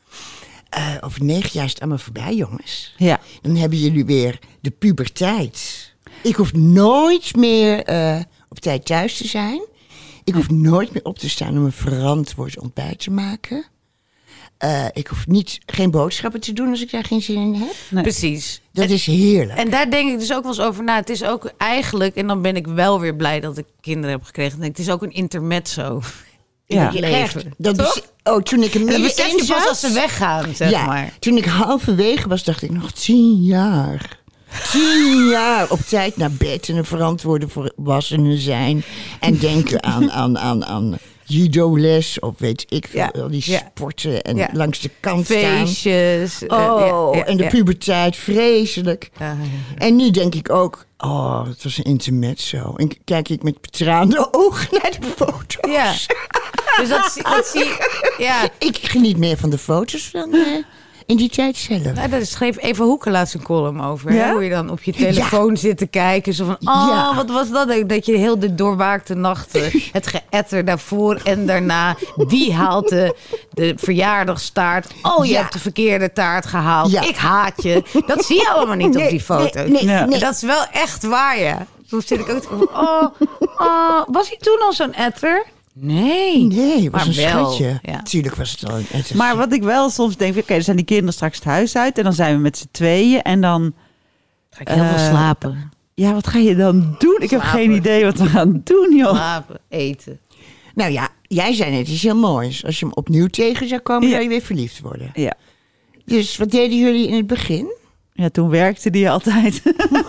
Uh, over negen jaar is het allemaal voorbij, jongens.
Ja.
Dan hebben jullie weer de puberteit. Ik hoef nooit meer uh, op tijd thuis te zijn. Ik hoef nooit meer op te staan om een verantwoord ontbijt te maken. Uh, ik hoef niet, geen boodschappen te doen als ik daar geen zin in heb.
Nee.
Precies.
Dat
en,
is heerlijk.
en daar denk ik dus ook wel eens over na. Het is ook eigenlijk, en dan ben ik wel weer blij dat ik kinderen heb gekregen. Dan denk ik, het is ook een intermezzo in
Ja.
het leven.
Echt, dat
Toch?
is, oh, toen ik er
En dat
middenin
besef je pas
zat-
als ze weggaan, zeg
ja,
maar.
toen ik halverwege was, dacht ik nog tien jaar. Tien jaar op tijd naar bed en een verantwoorde volwassene zijn. En denken aan, aan, aan, aan judo-les of weet ik veel.
Ja.
Al die
Ja.
sporten en
Ja.
langs de kant
Feestjes.
staan.
eh,
Oh,
ja, ja,
en de
ja.
puberteit, vreselijk.
Ja, ja.
En nu denk ik ook, oh, het was een intermezzo. En kijk ik met betraande ogen naar de foto's.
Ja. Dus dat, zie- dat zie je. Ja.
Ik geniet meer van de foto's dan eh, in die tijd zelf.
Nou, daar schreef Eva Hoeken laatst een column over. Hè?
Ja?
Hoe je dan op je telefoon zit te kijken. Zo van, oh,
Ja.
wat was dat? Dat je heel de doorwaakte nachten, het geëtter daarvoor en daarna. Wie haalt de, de verjaardagstaart? Oh, je
Ja.
hebt de verkeerde taart gehaald.
Ja.
Ik haat je. Dat zie je allemaal niet op die foto's.
Nee, nee,
Ja.
nee.
En dat is wel echt waar, ja. Soms zit ik ook te denken van, oh, oh, was hij toen al zo'n etter? Nee.
Nee, het was
Maar
een
wel,
schatje.
ja.
Tuurlijk was het al een ettertje.
Maar wat ik wel soms denk, oké, dan zijn die kinderen straks het huis uit en dan zijn we met z'n tweeën en dan,
Ga ik heel veel
Eh,
slapen.
ja, wat ga je dan doen? Ik heb
Slapen.
geen idee wat we gaan doen, joh.
Slapen, eten.
Nou ja, jij zei net iets heel moois. Als je hem opnieuw tegen zou komen,
Ja.
zou je weer verliefd worden.
Ja.
Dus wat deden jullie in het begin?
Ja, toen werkte die altijd.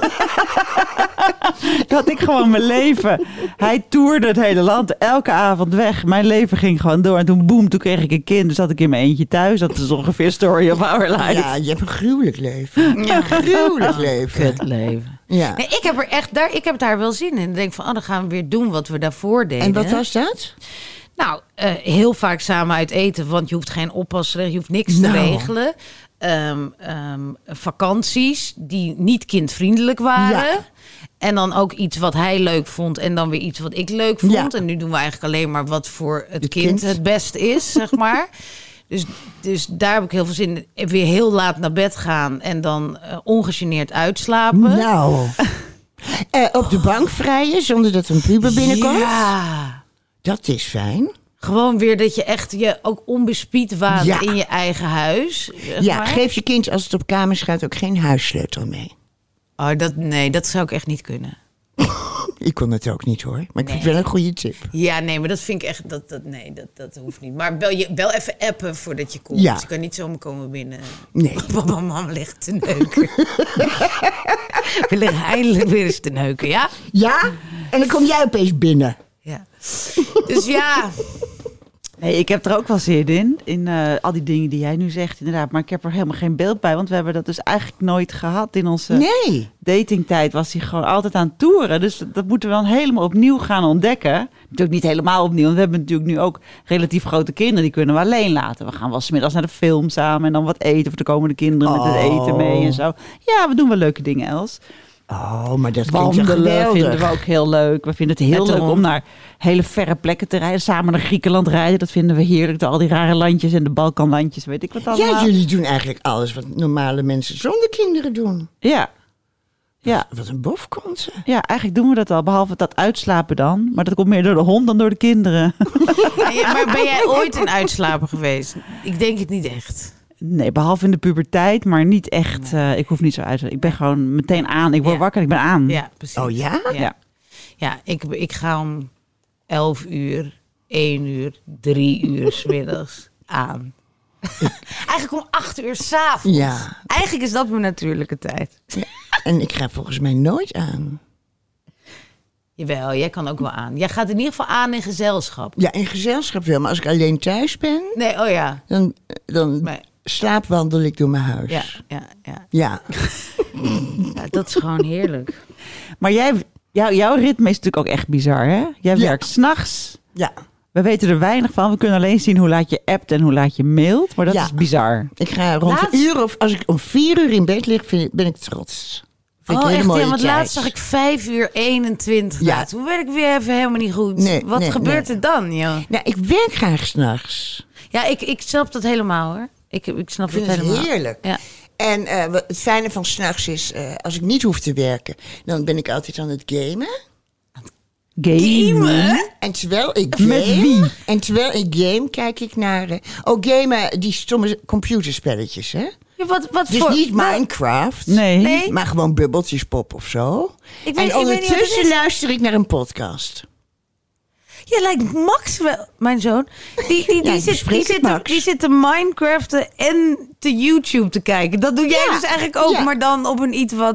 Dat ik gewoon mijn leven. Hij toerde het hele land, elke avond weg. Mijn leven ging gewoon door. En toen boem, toen kreeg ik een kind. Dus zat ik in mijn eentje thuis. Dat is ongeveer story of our life.
Ja, je hebt een gruwelijk leven.
Ja.
Een gruwelijk leven.
Kut leven.
Ja.
Nee, ik heb er echt daar, ik heb daar wel zin in. Ik denk van, oh, dan gaan we weer doen wat we daarvoor deden.
En wat was dat?
Nou, eh, heel vaak samen uit eten, want je hoeft geen oppassen, je hoeft niks te
Nou.
regelen. Ehm, ehm, vakanties die niet kindvriendelijk waren.
Ja.
En dan ook iets wat hij leuk vond en dan weer iets wat ik leuk vond.
Ja.
En nu doen we eigenlijk alleen maar wat voor het
Het
kind,
kind.
het beste is, zeg maar. Dus, dus daar heb ik heel veel zin in. Weer heel laat naar bed gaan en dan eh, ongegeneerd uitslapen.
Nou. Eh, op de bank vrijen zonder dat een puber binnenkomt.
Ja.
Dat is fijn.
Gewoon weer dat je echt je ook onbespied waant
Ja.
in je eigen huis. zeg
Ja,
maar.
geef je kind als het op kamers gaat ook geen huissleutel mee.
Oh, dat, nee, dat zou ik echt niet kunnen.
Ik kon het ook niet hoor. Maar ik vind
Nee.
het wel een goede tip.
Ja, nee, maar dat vind ik echt... Dat, dat, nee, dat, dat hoeft niet. Maar bel, je, bel even appen voordat je komt.
Ja.
Dus je kan niet zomaar komen binnen.
Nee.
Papa en mama liggen te neuken. We liggen eindelijk weer eens te neuken, ja?
Ja? En dan kom jij opeens binnen.
Ja. Dus ja...
Nee, ik heb er ook wel zin in. In eh, al die dingen die jij nu zegt, inderdaad. Maar ik heb er helemaal geen beeld bij. Want we hebben dat dus eigenlijk nooit gehad in onze
Nee.
datingtijd. Was hij gewoon altijd aan het toeren. Dus dat, dat moeten we dan helemaal opnieuw gaan ontdekken. Natuurlijk niet helemaal opnieuw. Want we hebben natuurlijk nu ook relatief grote kinderen. Die kunnen we alleen laten. We gaan wel 's middags naar de film samen. En dan wat eten voor de komende kinderen met het
Oh.
eten mee en zo. Ja, we doen wel leuke dingen, Els.
Oh, maar dat klinkt echt
Wandelen
geweldig.
vinden we ook heel leuk. We vinden het heel
Met de
leuk om
hond.
naar hele verre plekken te rijden. Samen naar Griekenland rijden. Dat vinden we heerlijk. Door al die rare landjes en de Balkanlandjes. Weet ik wat allemaal.
Ja, jullie doen eigenlijk alles wat normale mensen zonder kinderen doen.
Ja. Ja.
Wat een bof komt ze.
Ja, eigenlijk doen we dat al. Behalve dat uitslapen dan. Maar dat komt meer door de hond dan door de kinderen.
Maar ben jij ooit een uitslaper geweest? Ik denk het niet echt.
Nee, behalve in de puberteit. Maar niet echt. eh, ik hoef niet zo uit. Ik ben gewoon meteen aan. Ik word
Ja.
wakker. Ik ben aan.
Ja, precies.
Oh ja?
Ja,
Ja.
ja ik, ik ga om elf uur, één uur, drie uur 's middags aan. Eigenlijk om acht uur 's avonds.
Ja.
Eigenlijk is dat mijn natuurlijke tijd.
En ik ga volgens mij nooit aan.
Jawel, jij kan ook wel aan. Jij gaat in ieder geval aan in gezelschap.
Ja, in gezelschap wel. Maar als ik alleen thuis ben,
Nee, oh ja.
dan, dan
Nee.
slaapwandel ik door mijn huis.
Ja, ja, ja.
Ja.
Ja, dat is gewoon heerlijk.
Maar jij, jou, jouw ritme is natuurlijk ook echt bizar, hè? Jij
Ja.
werkt 's nachts.
Ja.
We weten er weinig van. We kunnen alleen zien hoe laat je appt en hoe laat je mailt. Maar dat
Ja.
is bizar.
Ik ga rond
Laatst-
een uur of als ik om vier uur in bed lig, vind ik, ben ik trots. Vind ik
Oh,
een hele
echt?
mooie
Ja, want
tijd.
laatst zag ik vijf uur eenentwintig.
Ja.
Ja. Toen werd ik weer even helemaal niet goed.
Nee,
Wat
nee,
gebeurt
nee.
er dan, joh?
Nou, ik werk graag s'nachts.
Ja, ik, ik snap dat helemaal, hoor. Ik, ik snap
Ik vind
het
het
helemaal.
heerlijk.
Ja.
En eh, wat- het fijne van s'nachts is, eh, als ik niet hoef te werken, dan ben ik altijd aan het gamen.
Gamen?
En terwijl ik game,
Met wie?
En terwijl ik game, kijk ik naar... eh, oh, gamen, die stomme computerspelletjes, hè?
Ja, wat, wat
Dus
voor...
niet
wat-
Minecraft.
Nee.
Nee.
Maar gewoon bubbeltjes pop of zo.
Ik weet-
en
ik weet niet wat het
ondertussen
is.
luister ik naar een podcast.
Ja, lijkt Max wel, mijn zoon. Die, die, die,
Ja, ik
zit,
bespreek
die,
het,
zit, te,
Max.
die zit te Minecraften en te YouTube te kijken. Dat doe jij
Ja,
dus eigenlijk ook,
ja.
maar dan op een iets wat...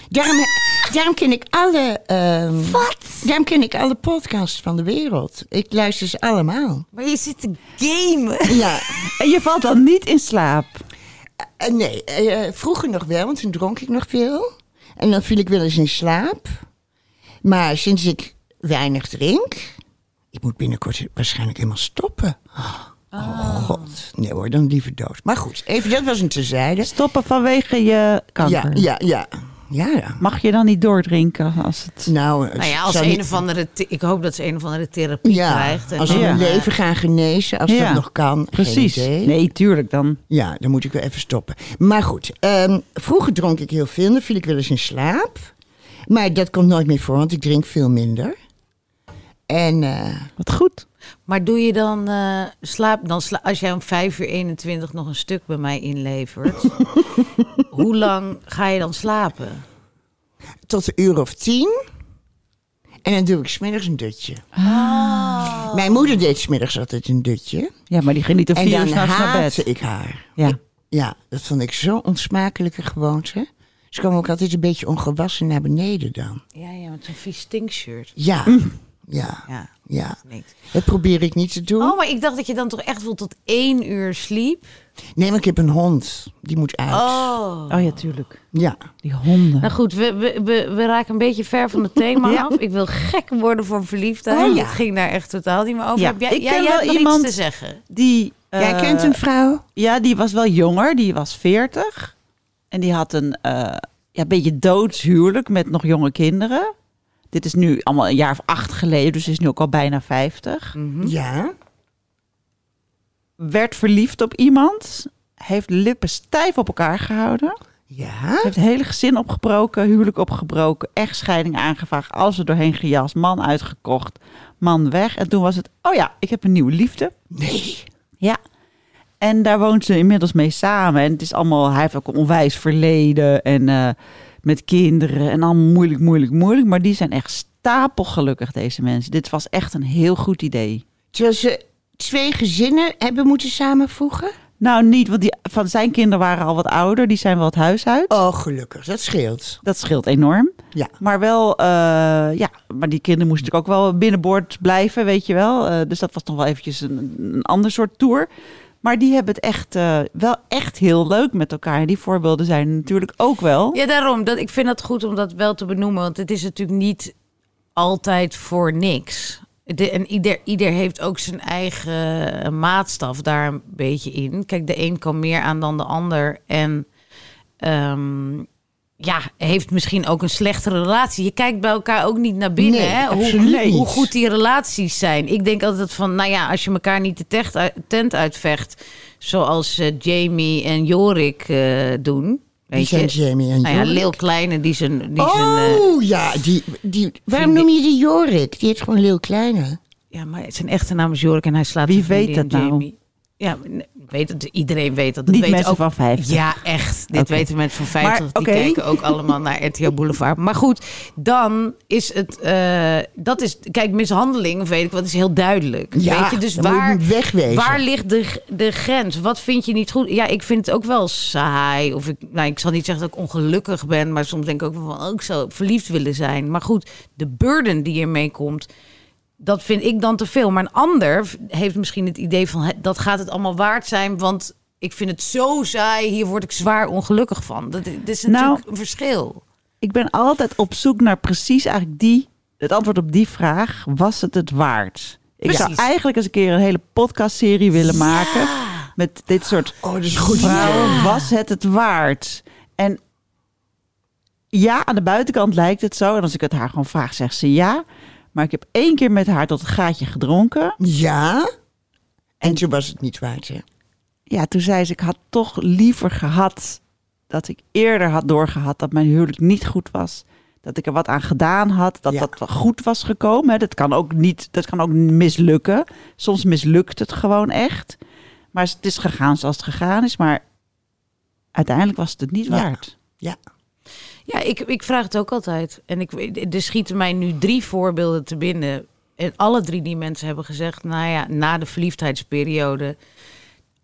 Daarom, daarom ken ik alle... Um,
Wat?
Daarom ken ik alle podcasts van de wereld. Ik luister ze allemaal.
Maar je zit te gamen.
Ja.
En je valt dan niet in slaap.
Uh, nee, uh, vroeger nog wel, want toen dronk ik nog veel. En dan viel ik wel eens in slaap. Maar sinds ik weinig drink... Ik moet binnenkort waarschijnlijk helemaal stoppen. Oh god. Nee hoor, dan liever dood. Maar goed, even dat was een terzijde.
Stoppen vanwege je kanker.
Ja, ja, ja. Ja, ja.
Mag je dan niet doordrinken als het...
Nou,
Nou ja, als
zou
een
niet-
of andere... te- Ik hoop dat ze een of andere therapie
Ja,
krijgt. En
als
dan,
we
Ja.
mijn
eh,
leven gaan genezen, als
Ja,
dat nog kan.
Precies.
Geen idee.
Nee, tuurlijk dan.
Ja, dan moet ik wel even stoppen. Maar goed, ehm, vroeger dronk ik heel veel. Dan viel ik wel eens in slaap. Maar dat komt nooit meer voor, want ik drink veel minder. En eh,
Wat goed.
Maar doe je dan eh, slaap... Dan sla, als jij om vijf uur eenentwintig nog een stuk bij mij inlevert... hoe lang ga je dan slapen?
tot een uur of tien. En dan doe ik 's middags een dutje.
Oh.
Mijn moeder deed 's middags altijd een dutje.
Ja, maar die ging niet om
En
vier uur
dan
s'nachts naar
haatte
bed.
ik haar.
Ja.
Ja, dat vond ik zo'n onsmakelijke gewoonte. Ze kwam ook altijd een beetje ongewassen naar beneden dan.
Ja, ja, met zo'n vies stinkshirt.
Ja, ja,
Ja,
ja.
niks.
Dat probeer ik niet te doen.
Oh, maar ik dacht dat je dan toch echt wel tot één uur sliep?
Nee, maar ik heb een hond. Die moet uit.
Oh.
Oh ja, tuurlijk.
Ja.
Die honden.
Nou goed, we, we, we, we raken een beetje ver van het thema
Ja.
af. Ik wil gek worden van verliefdheid.
Oh ja.
Het ging daar echt totaal niet meer over.
Ja,
Heb jij,
ik
jij,
ken
jij
wel
hebt nog
iemand-
iets te zeggen.
Die,
Jij
eh,
kent een vrouw?
Ja, die was wel jonger. Die was veertig. En die had een eh, ja, beetje doodshuwelijk met nog jonge kinderen. Dit is nu allemaal een jaar of acht geleden. Dus is nu ook al bijna vijftig.
Mhm.
Ja.
Werd verliefd op iemand. Heeft de lippen stijf op elkaar gehouden.
Ja.
Heeft het hele gezin opgebroken. Huwelijk opgebroken. Echtscheiding aangevraagd. Alles er doorheen gejast. Man uitgekocht. Man weg. En toen was het, oh ja, ik heb een nieuwe liefde.
Nee.
Ja. En daar woont ze inmiddels mee samen. En het is allemaal, hij heeft ook een onwijs verleden. En uh, met kinderen. En allemaal moeilijk, moeilijk, moeilijk. Maar die zijn echt stapelgelukkig, deze mensen. Dit was echt een heel goed idee.
Terwijl ze twee gezinnen hebben moeten samenvoegen?
Nou, niet, want die, van zijn kinderen waren al wat ouder. Die zijn wel het huis uit.
Oh, gelukkig. Dat scheelt.
Dat scheelt enorm.
Ja.
Maar wel, uh, ja, maar die kinderen moesten natuurlijk ook wel binnenboord blijven, weet je wel. Uh, dus dat was nog wel eventjes een, een ander soort tour. Maar die hebben het echt uh, wel echt heel leuk met elkaar. En die voorbeelden zijn natuurlijk ook wel.
Ja, daarom. Dat, ik vind het goed om dat wel te benoemen. Want het is natuurlijk niet altijd voor niks. De, en ieder, ieder heeft ook zijn eigen maatstaf daar een beetje in. Kijk, de een kan meer aan dan de ander. En um, ja, heeft misschien ook een slechtere relatie. Je kijkt bij elkaar ook niet naar binnen.
Nee,
hè?
absoluut
Hoe,
niet.
hoe goed die relaties zijn. Ik denk altijd van, nou ja, als je elkaar niet de techt uit, tent uitvecht... zoals uh, Jamie en Jorik uh, doen...
Die zijn Jamie en
Nou ja,
Jorik.
Leeuw Kleine, die zijn... Die
Oh,
zijn uh,
ja. Die, die, waarom
die-
noem je die Jorik? Die heet gewoon Leeuw Kleine.
ja, maar zijn echte naam is Jorik en hij slaat
Wie
zijn vriendin
weet dat nou?
Jamie. Ja, nee, ik weet het. Iedereen weet dat. dat
Niet
weten
mensen
ook,
van vijftig.
Ja, echt. Dit
Oké.
weten mensen van vijftig.
Maar,
die
oké.
kijken ook allemaal naar R T L Boulevard. Maar goed, dan is het... Uh, dat is, kijk, mishandeling, of weet ik wat, is heel duidelijk.
Ja,
weet je? Dus
dan moet je
waar,
hem wegwezen.
waar ligt de, de grens? Wat vind je niet goed? Ja, ik vind het ook wel saai. Of ik, nou, ik zal niet zeggen dat ik ongelukkig ben, maar soms denk ik ook wel van, oh, ik zou verliefd willen zijn. Maar goed, de burden die ermee komt, dat vind ik dan te veel. Maar een ander heeft misschien het idee van, hè, dat gaat het allemaal waard zijn, want ik vind het zo saai, hier word ik zwaar ongelukkig van. Dat, dat is natuurlijk
Nou,
een verschil.
Ik ben altijd op zoek naar precies eigenlijk die, het antwoord op die vraag. Was het het waard? Ik zou
Precies.
eigenlijk eens een keer een hele podcastserie willen maken. Met dit soort
Oh, dat is een goed
vrouwen.
idee.
Was het het waard? En ja, aan de buitenkant lijkt het zo. En als ik het haar gewoon vraag, zegt ze ja. Maar ik heb één keer met haar tot het gaatje gedronken.
Ja? En toen was het niet waard, hè?
Ja, toen zei ze, ik had toch liever gehad dat ik eerder had doorgehad dat mijn huwelijk niet goed was. Dat ik er wat aan gedaan had, dat
Ja.
dat wel goed was gekomen. Hè. Dat kan ook niet, dat kan ook mislukken. Soms mislukt het gewoon echt. Maar het is gegaan zoals het gegaan is. Maar uiteindelijk was het het niet
Ja.
waard.
Ja.
Ja, ik, ik vraag het ook altijd. En ik, er schieten mij nu drie voorbeelden te binnen. En alle drie die mensen hebben gezegd, nou ja, na de verliefdheidsperiode,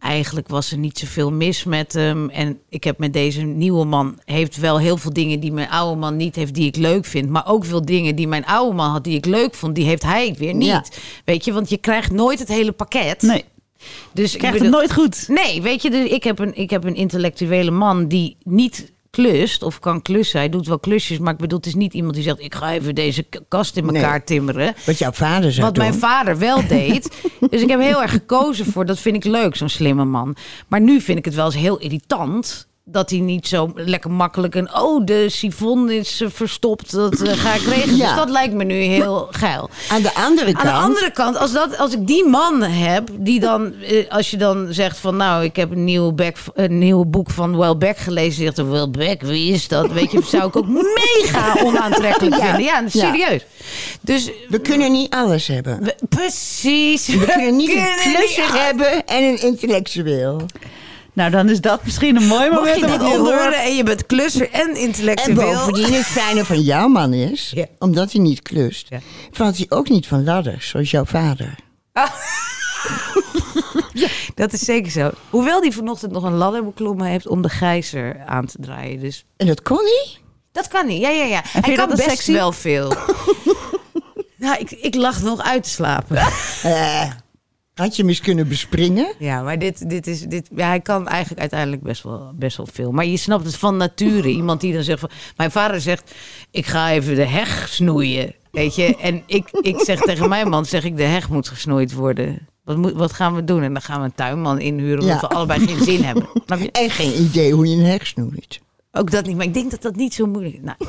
eigenlijk was er niet zoveel mis met hem. En ik heb met deze nieuwe man... heeft wel heel veel dingen die mijn oude man niet heeft... die ik leuk vind. Maar ook veel dingen die mijn oude man had... die ik leuk vond, die heeft hij weer niet. Ja. Weet je, want je krijgt nooit het hele pakket.
Nee.
Dus
je krijgt het nooit goed.
Nee, weet je, dus ik, heb een, ik heb een intellectuele man die niet... klust of kan klussen. Hij doet wel klusjes, maar ik bedoel, het is niet iemand die zegt... ik ga even deze kast in elkaar nee, timmeren.
Wat jouw vader zou
Wat
doen.
mijn vader wel deed. Dus ik heb heel erg gekozen voor... dat vind ik leuk, zo'n slimme man. Maar nu vind ik het wel eens heel irritant... dat hij niet zo lekker makkelijk... een oh, de sifon is uh, verstopt, dat uh, ga ik regelen. Ja. Dus dat lijkt me nu heel geil.
Aan de andere kant...
Aan de andere kant, als, dat, als ik die man heb... die dan, uh, als je dan zegt van... nou, ik heb een nieuw, Beck, een nieuw boek van Welbeck gelezen... zegt er, Welbeck, wie is dat? Weet je, zou ik ook mega onaantrekkelijk ja. vinden. Ja, serieus. Ja. Dus,
we kunnen niet alles hebben.
We, precies.
We, we kunnen niet een klusser hebben en een intellectueel.
Nou, dan is dat misschien een mooi moment om
het te horen. En je bent klusser en intellectueel.
En bovendien het fijne van jouw man is... Ja. omdat hij niet klust... Ja. valt hij ook niet van ladders, zoals jouw vader. Ah.
Ja, dat is zeker zo. Hoewel hij vanochtend nog een ladder beklommen heeft... om de gijzer aan te draaien. Dus...
En dat kon hij?
Dat kan hij, ja, ja, ja. En hij kan best sexy? Wel veel. Nou, ik, ik lag nog uit te slapen.
Uh. Had je hem eens kunnen bespringen?
Ja, maar dit, dit is, dit, ja, hij kan eigenlijk uiteindelijk best wel, best wel veel. Maar je snapt het van nature. Iemand die dan zegt van... Mijn vader zegt, ik ga even de heg snoeien. Weet je? En ik, ik zeg tegen mijn man, zeg ik, de heg moet gesnoeid worden. Wat, moet, wat gaan we doen? En dan gaan we een tuinman inhuren, omdat ja. we allebei geen zin hebben.
En geen idee hoe je een heg snoeit.
Ook dat niet, maar ik denk dat dat niet zo moeilijk is. Nou.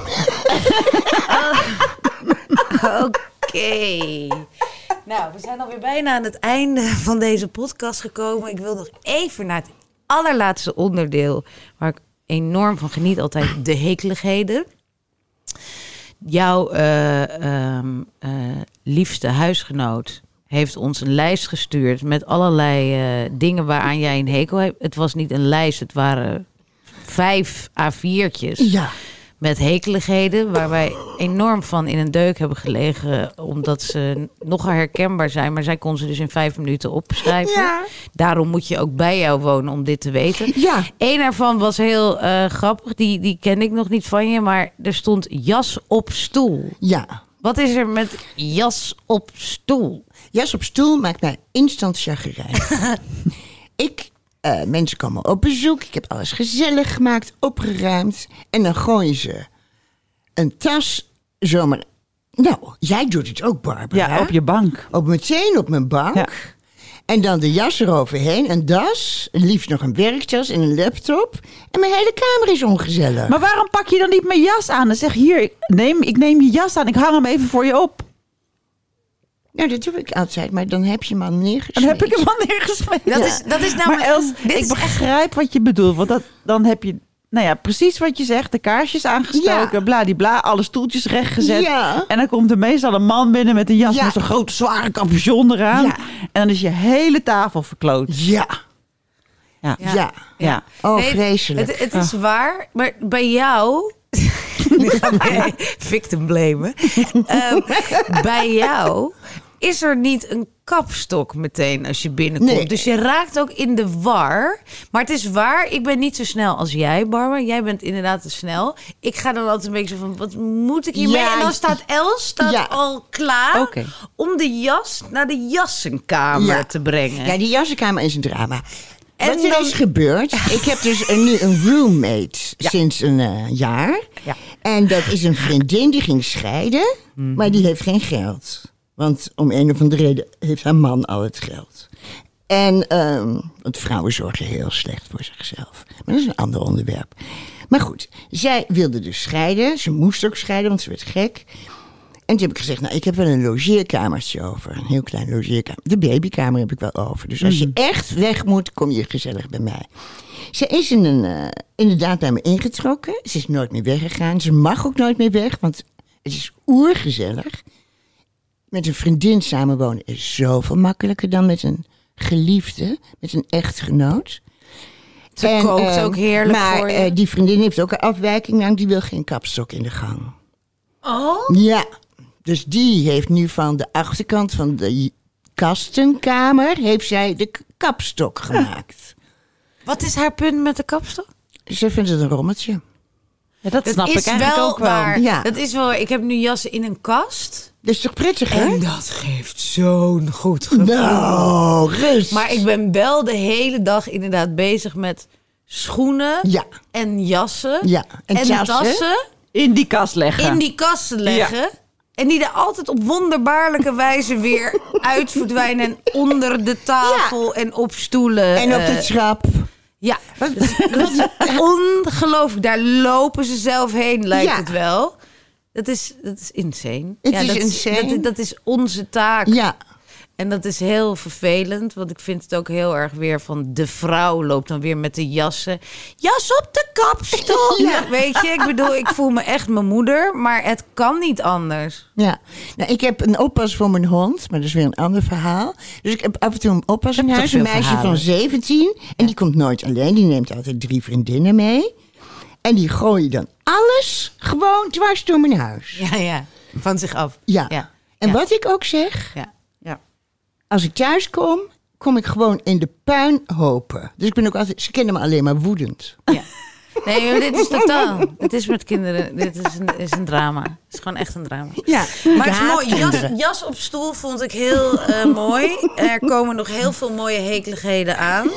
Oké. Okay. Nou, we zijn alweer bijna aan het einde van deze podcast gekomen. Ik wil nog even naar het allerlaatste onderdeel... waar ik enorm van geniet altijd, de hekeligheden. Jouw uh, um, uh, liefste huisgenoot heeft ons een lijst gestuurd... met allerlei uh, dingen waaraan jij een hekel hebt. Het was niet een lijst, het waren vijf A viertjes...
Ja.
Met hekeligheden, waar wij enorm van in een deuk hebben gelegen... omdat ze nogal herkenbaar zijn. Maar zij kon ze dus in vijf minuten opschrijven. Ja. Daarom moet je ook bij jou wonen om dit te weten.
Ja.
Eén ervan was heel uh, grappig, die, die kende ik nog niet van je... maar er stond jas op stoel.
Ja.
Wat is er met jas op stoel?
Jas op stoel maakt mij instant chagrijn. ik... Uh, mensen komen op bezoek. Ik heb alles gezellig gemaakt, opgeruimd. En dan gooien ze een tas zomaar... Nou, jij doet het ook, Barbara.
Ja, op je bank.
Op meteen op mijn bank. Ja. En dan de jas eroverheen, een das, liefst nog een werktas en een laptop. En mijn hele kamer is ongezellig.
Maar waarom pak je dan niet mijn jas aan en zeg... hier, ik neem, ik neem je jas aan, ik hang hem even voor je op.
Nou, dat doe ik altijd, maar dan heb je hem al neergesmeed.
Dan heb ik hem al neergesmeed.
Dat, ja. is, dat is namelijk...
Maar Els, ik begrijp echt... wat je bedoelt. Want dat, dan heb je, nou ja, precies wat je zegt. De kaarsjes aangestoken, ja. bladibla, alle stoeltjes rechtgezet. Ja. En dan komt er meestal een man binnen met een jas ja. met zo'n grote zware capuchon eraan. Ja. En dan is je hele tafel verkloot.
Ja.
Ja.
Ja. ja. ja. Oh, nee, vreselijk.
Het, het is oh. waar, maar bij jou... Nu gaan wij victim blamen. Um, bij jou... is er niet een kapstok meteen als je binnenkomt. Nee. Dus je raakt ook in de war. Maar het is waar, ik ben niet zo snel als jij, Barbara. Jij bent inderdaad te snel. Ik ga dan altijd een beetje zo van, wat moet ik hiermee? Ja, en dan staat Els staat ja. al klaar okay. om de jas naar de jassenkamer ja. te brengen.
Ja, die jassenkamer is een drama. En wat er dan... is gebeurd, ik heb dus een, nu een roommate ja. sinds een uh, jaar. Ja. En dat is een vriendin die ging scheiden, mm-hmm. maar die heeft geen geld. Want om een of andere reden heeft haar man al het geld. En, um, want vrouwen zorgen heel slecht voor zichzelf. Maar dat is een ander onderwerp. Maar goed, zij wilde dus scheiden. Ze moest ook scheiden, want ze werd gek. En toen heb ik gezegd, nou, ik heb wel een logeerkamertje over. Een heel klein logeerkamer. De babykamer heb ik wel over. Dus als je echt weg moet, kom je gezellig bij mij. Ze is in een, uh, inderdaad bij me ingetrokken. Ze is nooit meer weggegaan. Ze mag ook nooit meer weg, want het is oergezellig. Met een vriendin samenwonen is zoveel makkelijker dan met een geliefde, met een echtgenoot.
Ze en, kookt uh, ook heerlijk
maar,
voor je.
Maar uh, die vriendin heeft ook een afwijking, nou, die wil geen kapstok in de gang.
Oh?
Ja, dus die heeft nu van de achterkant van de kastenkamer heeft zij de k- kapstok gemaakt.
Wat is haar punt met de kapstok?
Ze vindt het een rommeltje.
Ja, dat,
Dat
snap
is
ik eigenlijk
wel
ook wel.
waar.
Ja.
Dat is wel. Ik heb nu jassen in een kast.
Dat is toch prettig, hè?
En dat geeft zo'n goed gevoel.
Nou, rust.
Maar ik ben wel de hele dag inderdaad bezig met schoenen
Ja,
en jassen
ja. En,
en
tassen.
tassen
In die kast leggen.
in die kasten leggen. En die er altijd op wonderbaarlijke wijze weer uit verdwijnen. En onder de tafel en op stoelen.
En op
eh,
de trap.
Ja, dat is, dat is ongelooflijk. Daar lopen ze zelf heen, lijkt
Ja.
het wel. Dat is, dat is insane.
Het
ja,
is
dat
insane.
Dat, dat is onze taak.
Ja.
En dat is heel vervelend, want ik vind het ook heel erg weer van... de vrouw loopt dan weer met de jassen. Jas op de kapstok!
Ja.
Weet je, ik bedoel, ik voel me echt mijn moeder, maar het kan niet anders.
Ja, nou, ik heb een oppas voor mijn hond, maar dat is weer een ander verhaal. Dus ik heb af en toe een oppas in
Heb
huis,
toch
een
veel
meisje
verhalen?
van zeventien. En die komt nooit alleen, die neemt altijd drie vriendinnen mee. En die gooien dan alles gewoon dwars door mijn huis.
Ja, ja, van zich af.
Ja.
Ja.
En
Ja.
wat ik ook zeg,
Ja.
Ja.
als ik thuis kom, kom ik gewoon in de puinhopen. Dus ik ben ook altijd, ze kennen me alleen maar woedend.
Ja. Nee, maar dit is totaal. Dit is met kinderen. Dit is een, is een drama. Het is gewoon echt een drama.
Ja,
Maar het is
haat
mooi. Jas,
kinderen.
jas op stoel vond ik heel eh, mooi. Er komen nog heel veel mooie hekeligheden aan.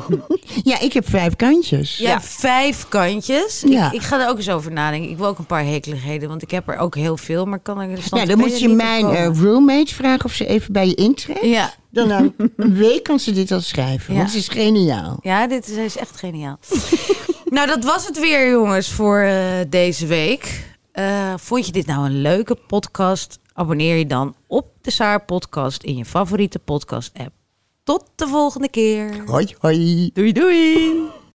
Ja, ik heb vijf kantjes.
Je hebt vijf kantjes.
Ja.
Ik, ik ga er ook eens over nadenken. Ik wil ook een paar hekeligheden, want ik heb er ook heel veel. Maar kan ik er
Nou, dan moet je mijn uh, roommate vragen of ze even bij je intreedt.
Ja.
Dan na een week kan ze dit al schrijven,
Ja.
want het is geniaal.
Ja, dit is, is echt geniaal. Nou, dat was het weer, jongens, voor uh, deze week. Uh, vond je dit nou een leuke podcast? Abonneer je dan op de Saar Podcast in je favoriete podcast-app. Tot de volgende keer.
Hoi, hoi.
Doei doei.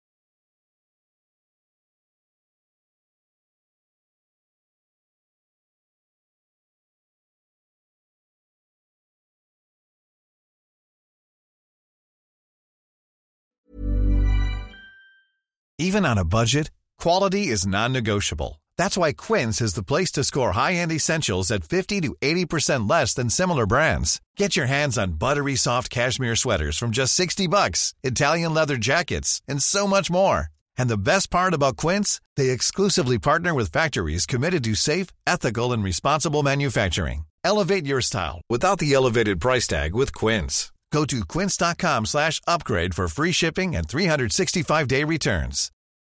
Even on a budget, quality is non-negotiable. That's why Quince is the place to score high-end essentials at fifty to eighty percent less than similar brands. Get your hands on buttery soft cashmere sweaters from just sixty bucks, Italian leather jackets, and so much more. And the best part about Quince, they exclusively partner with factories committed to safe, ethical, and responsible manufacturing. Elevate your style without the elevated price tag with Quince. Go to quince.com slash upgrade for free shipping and three sixty-five day returns.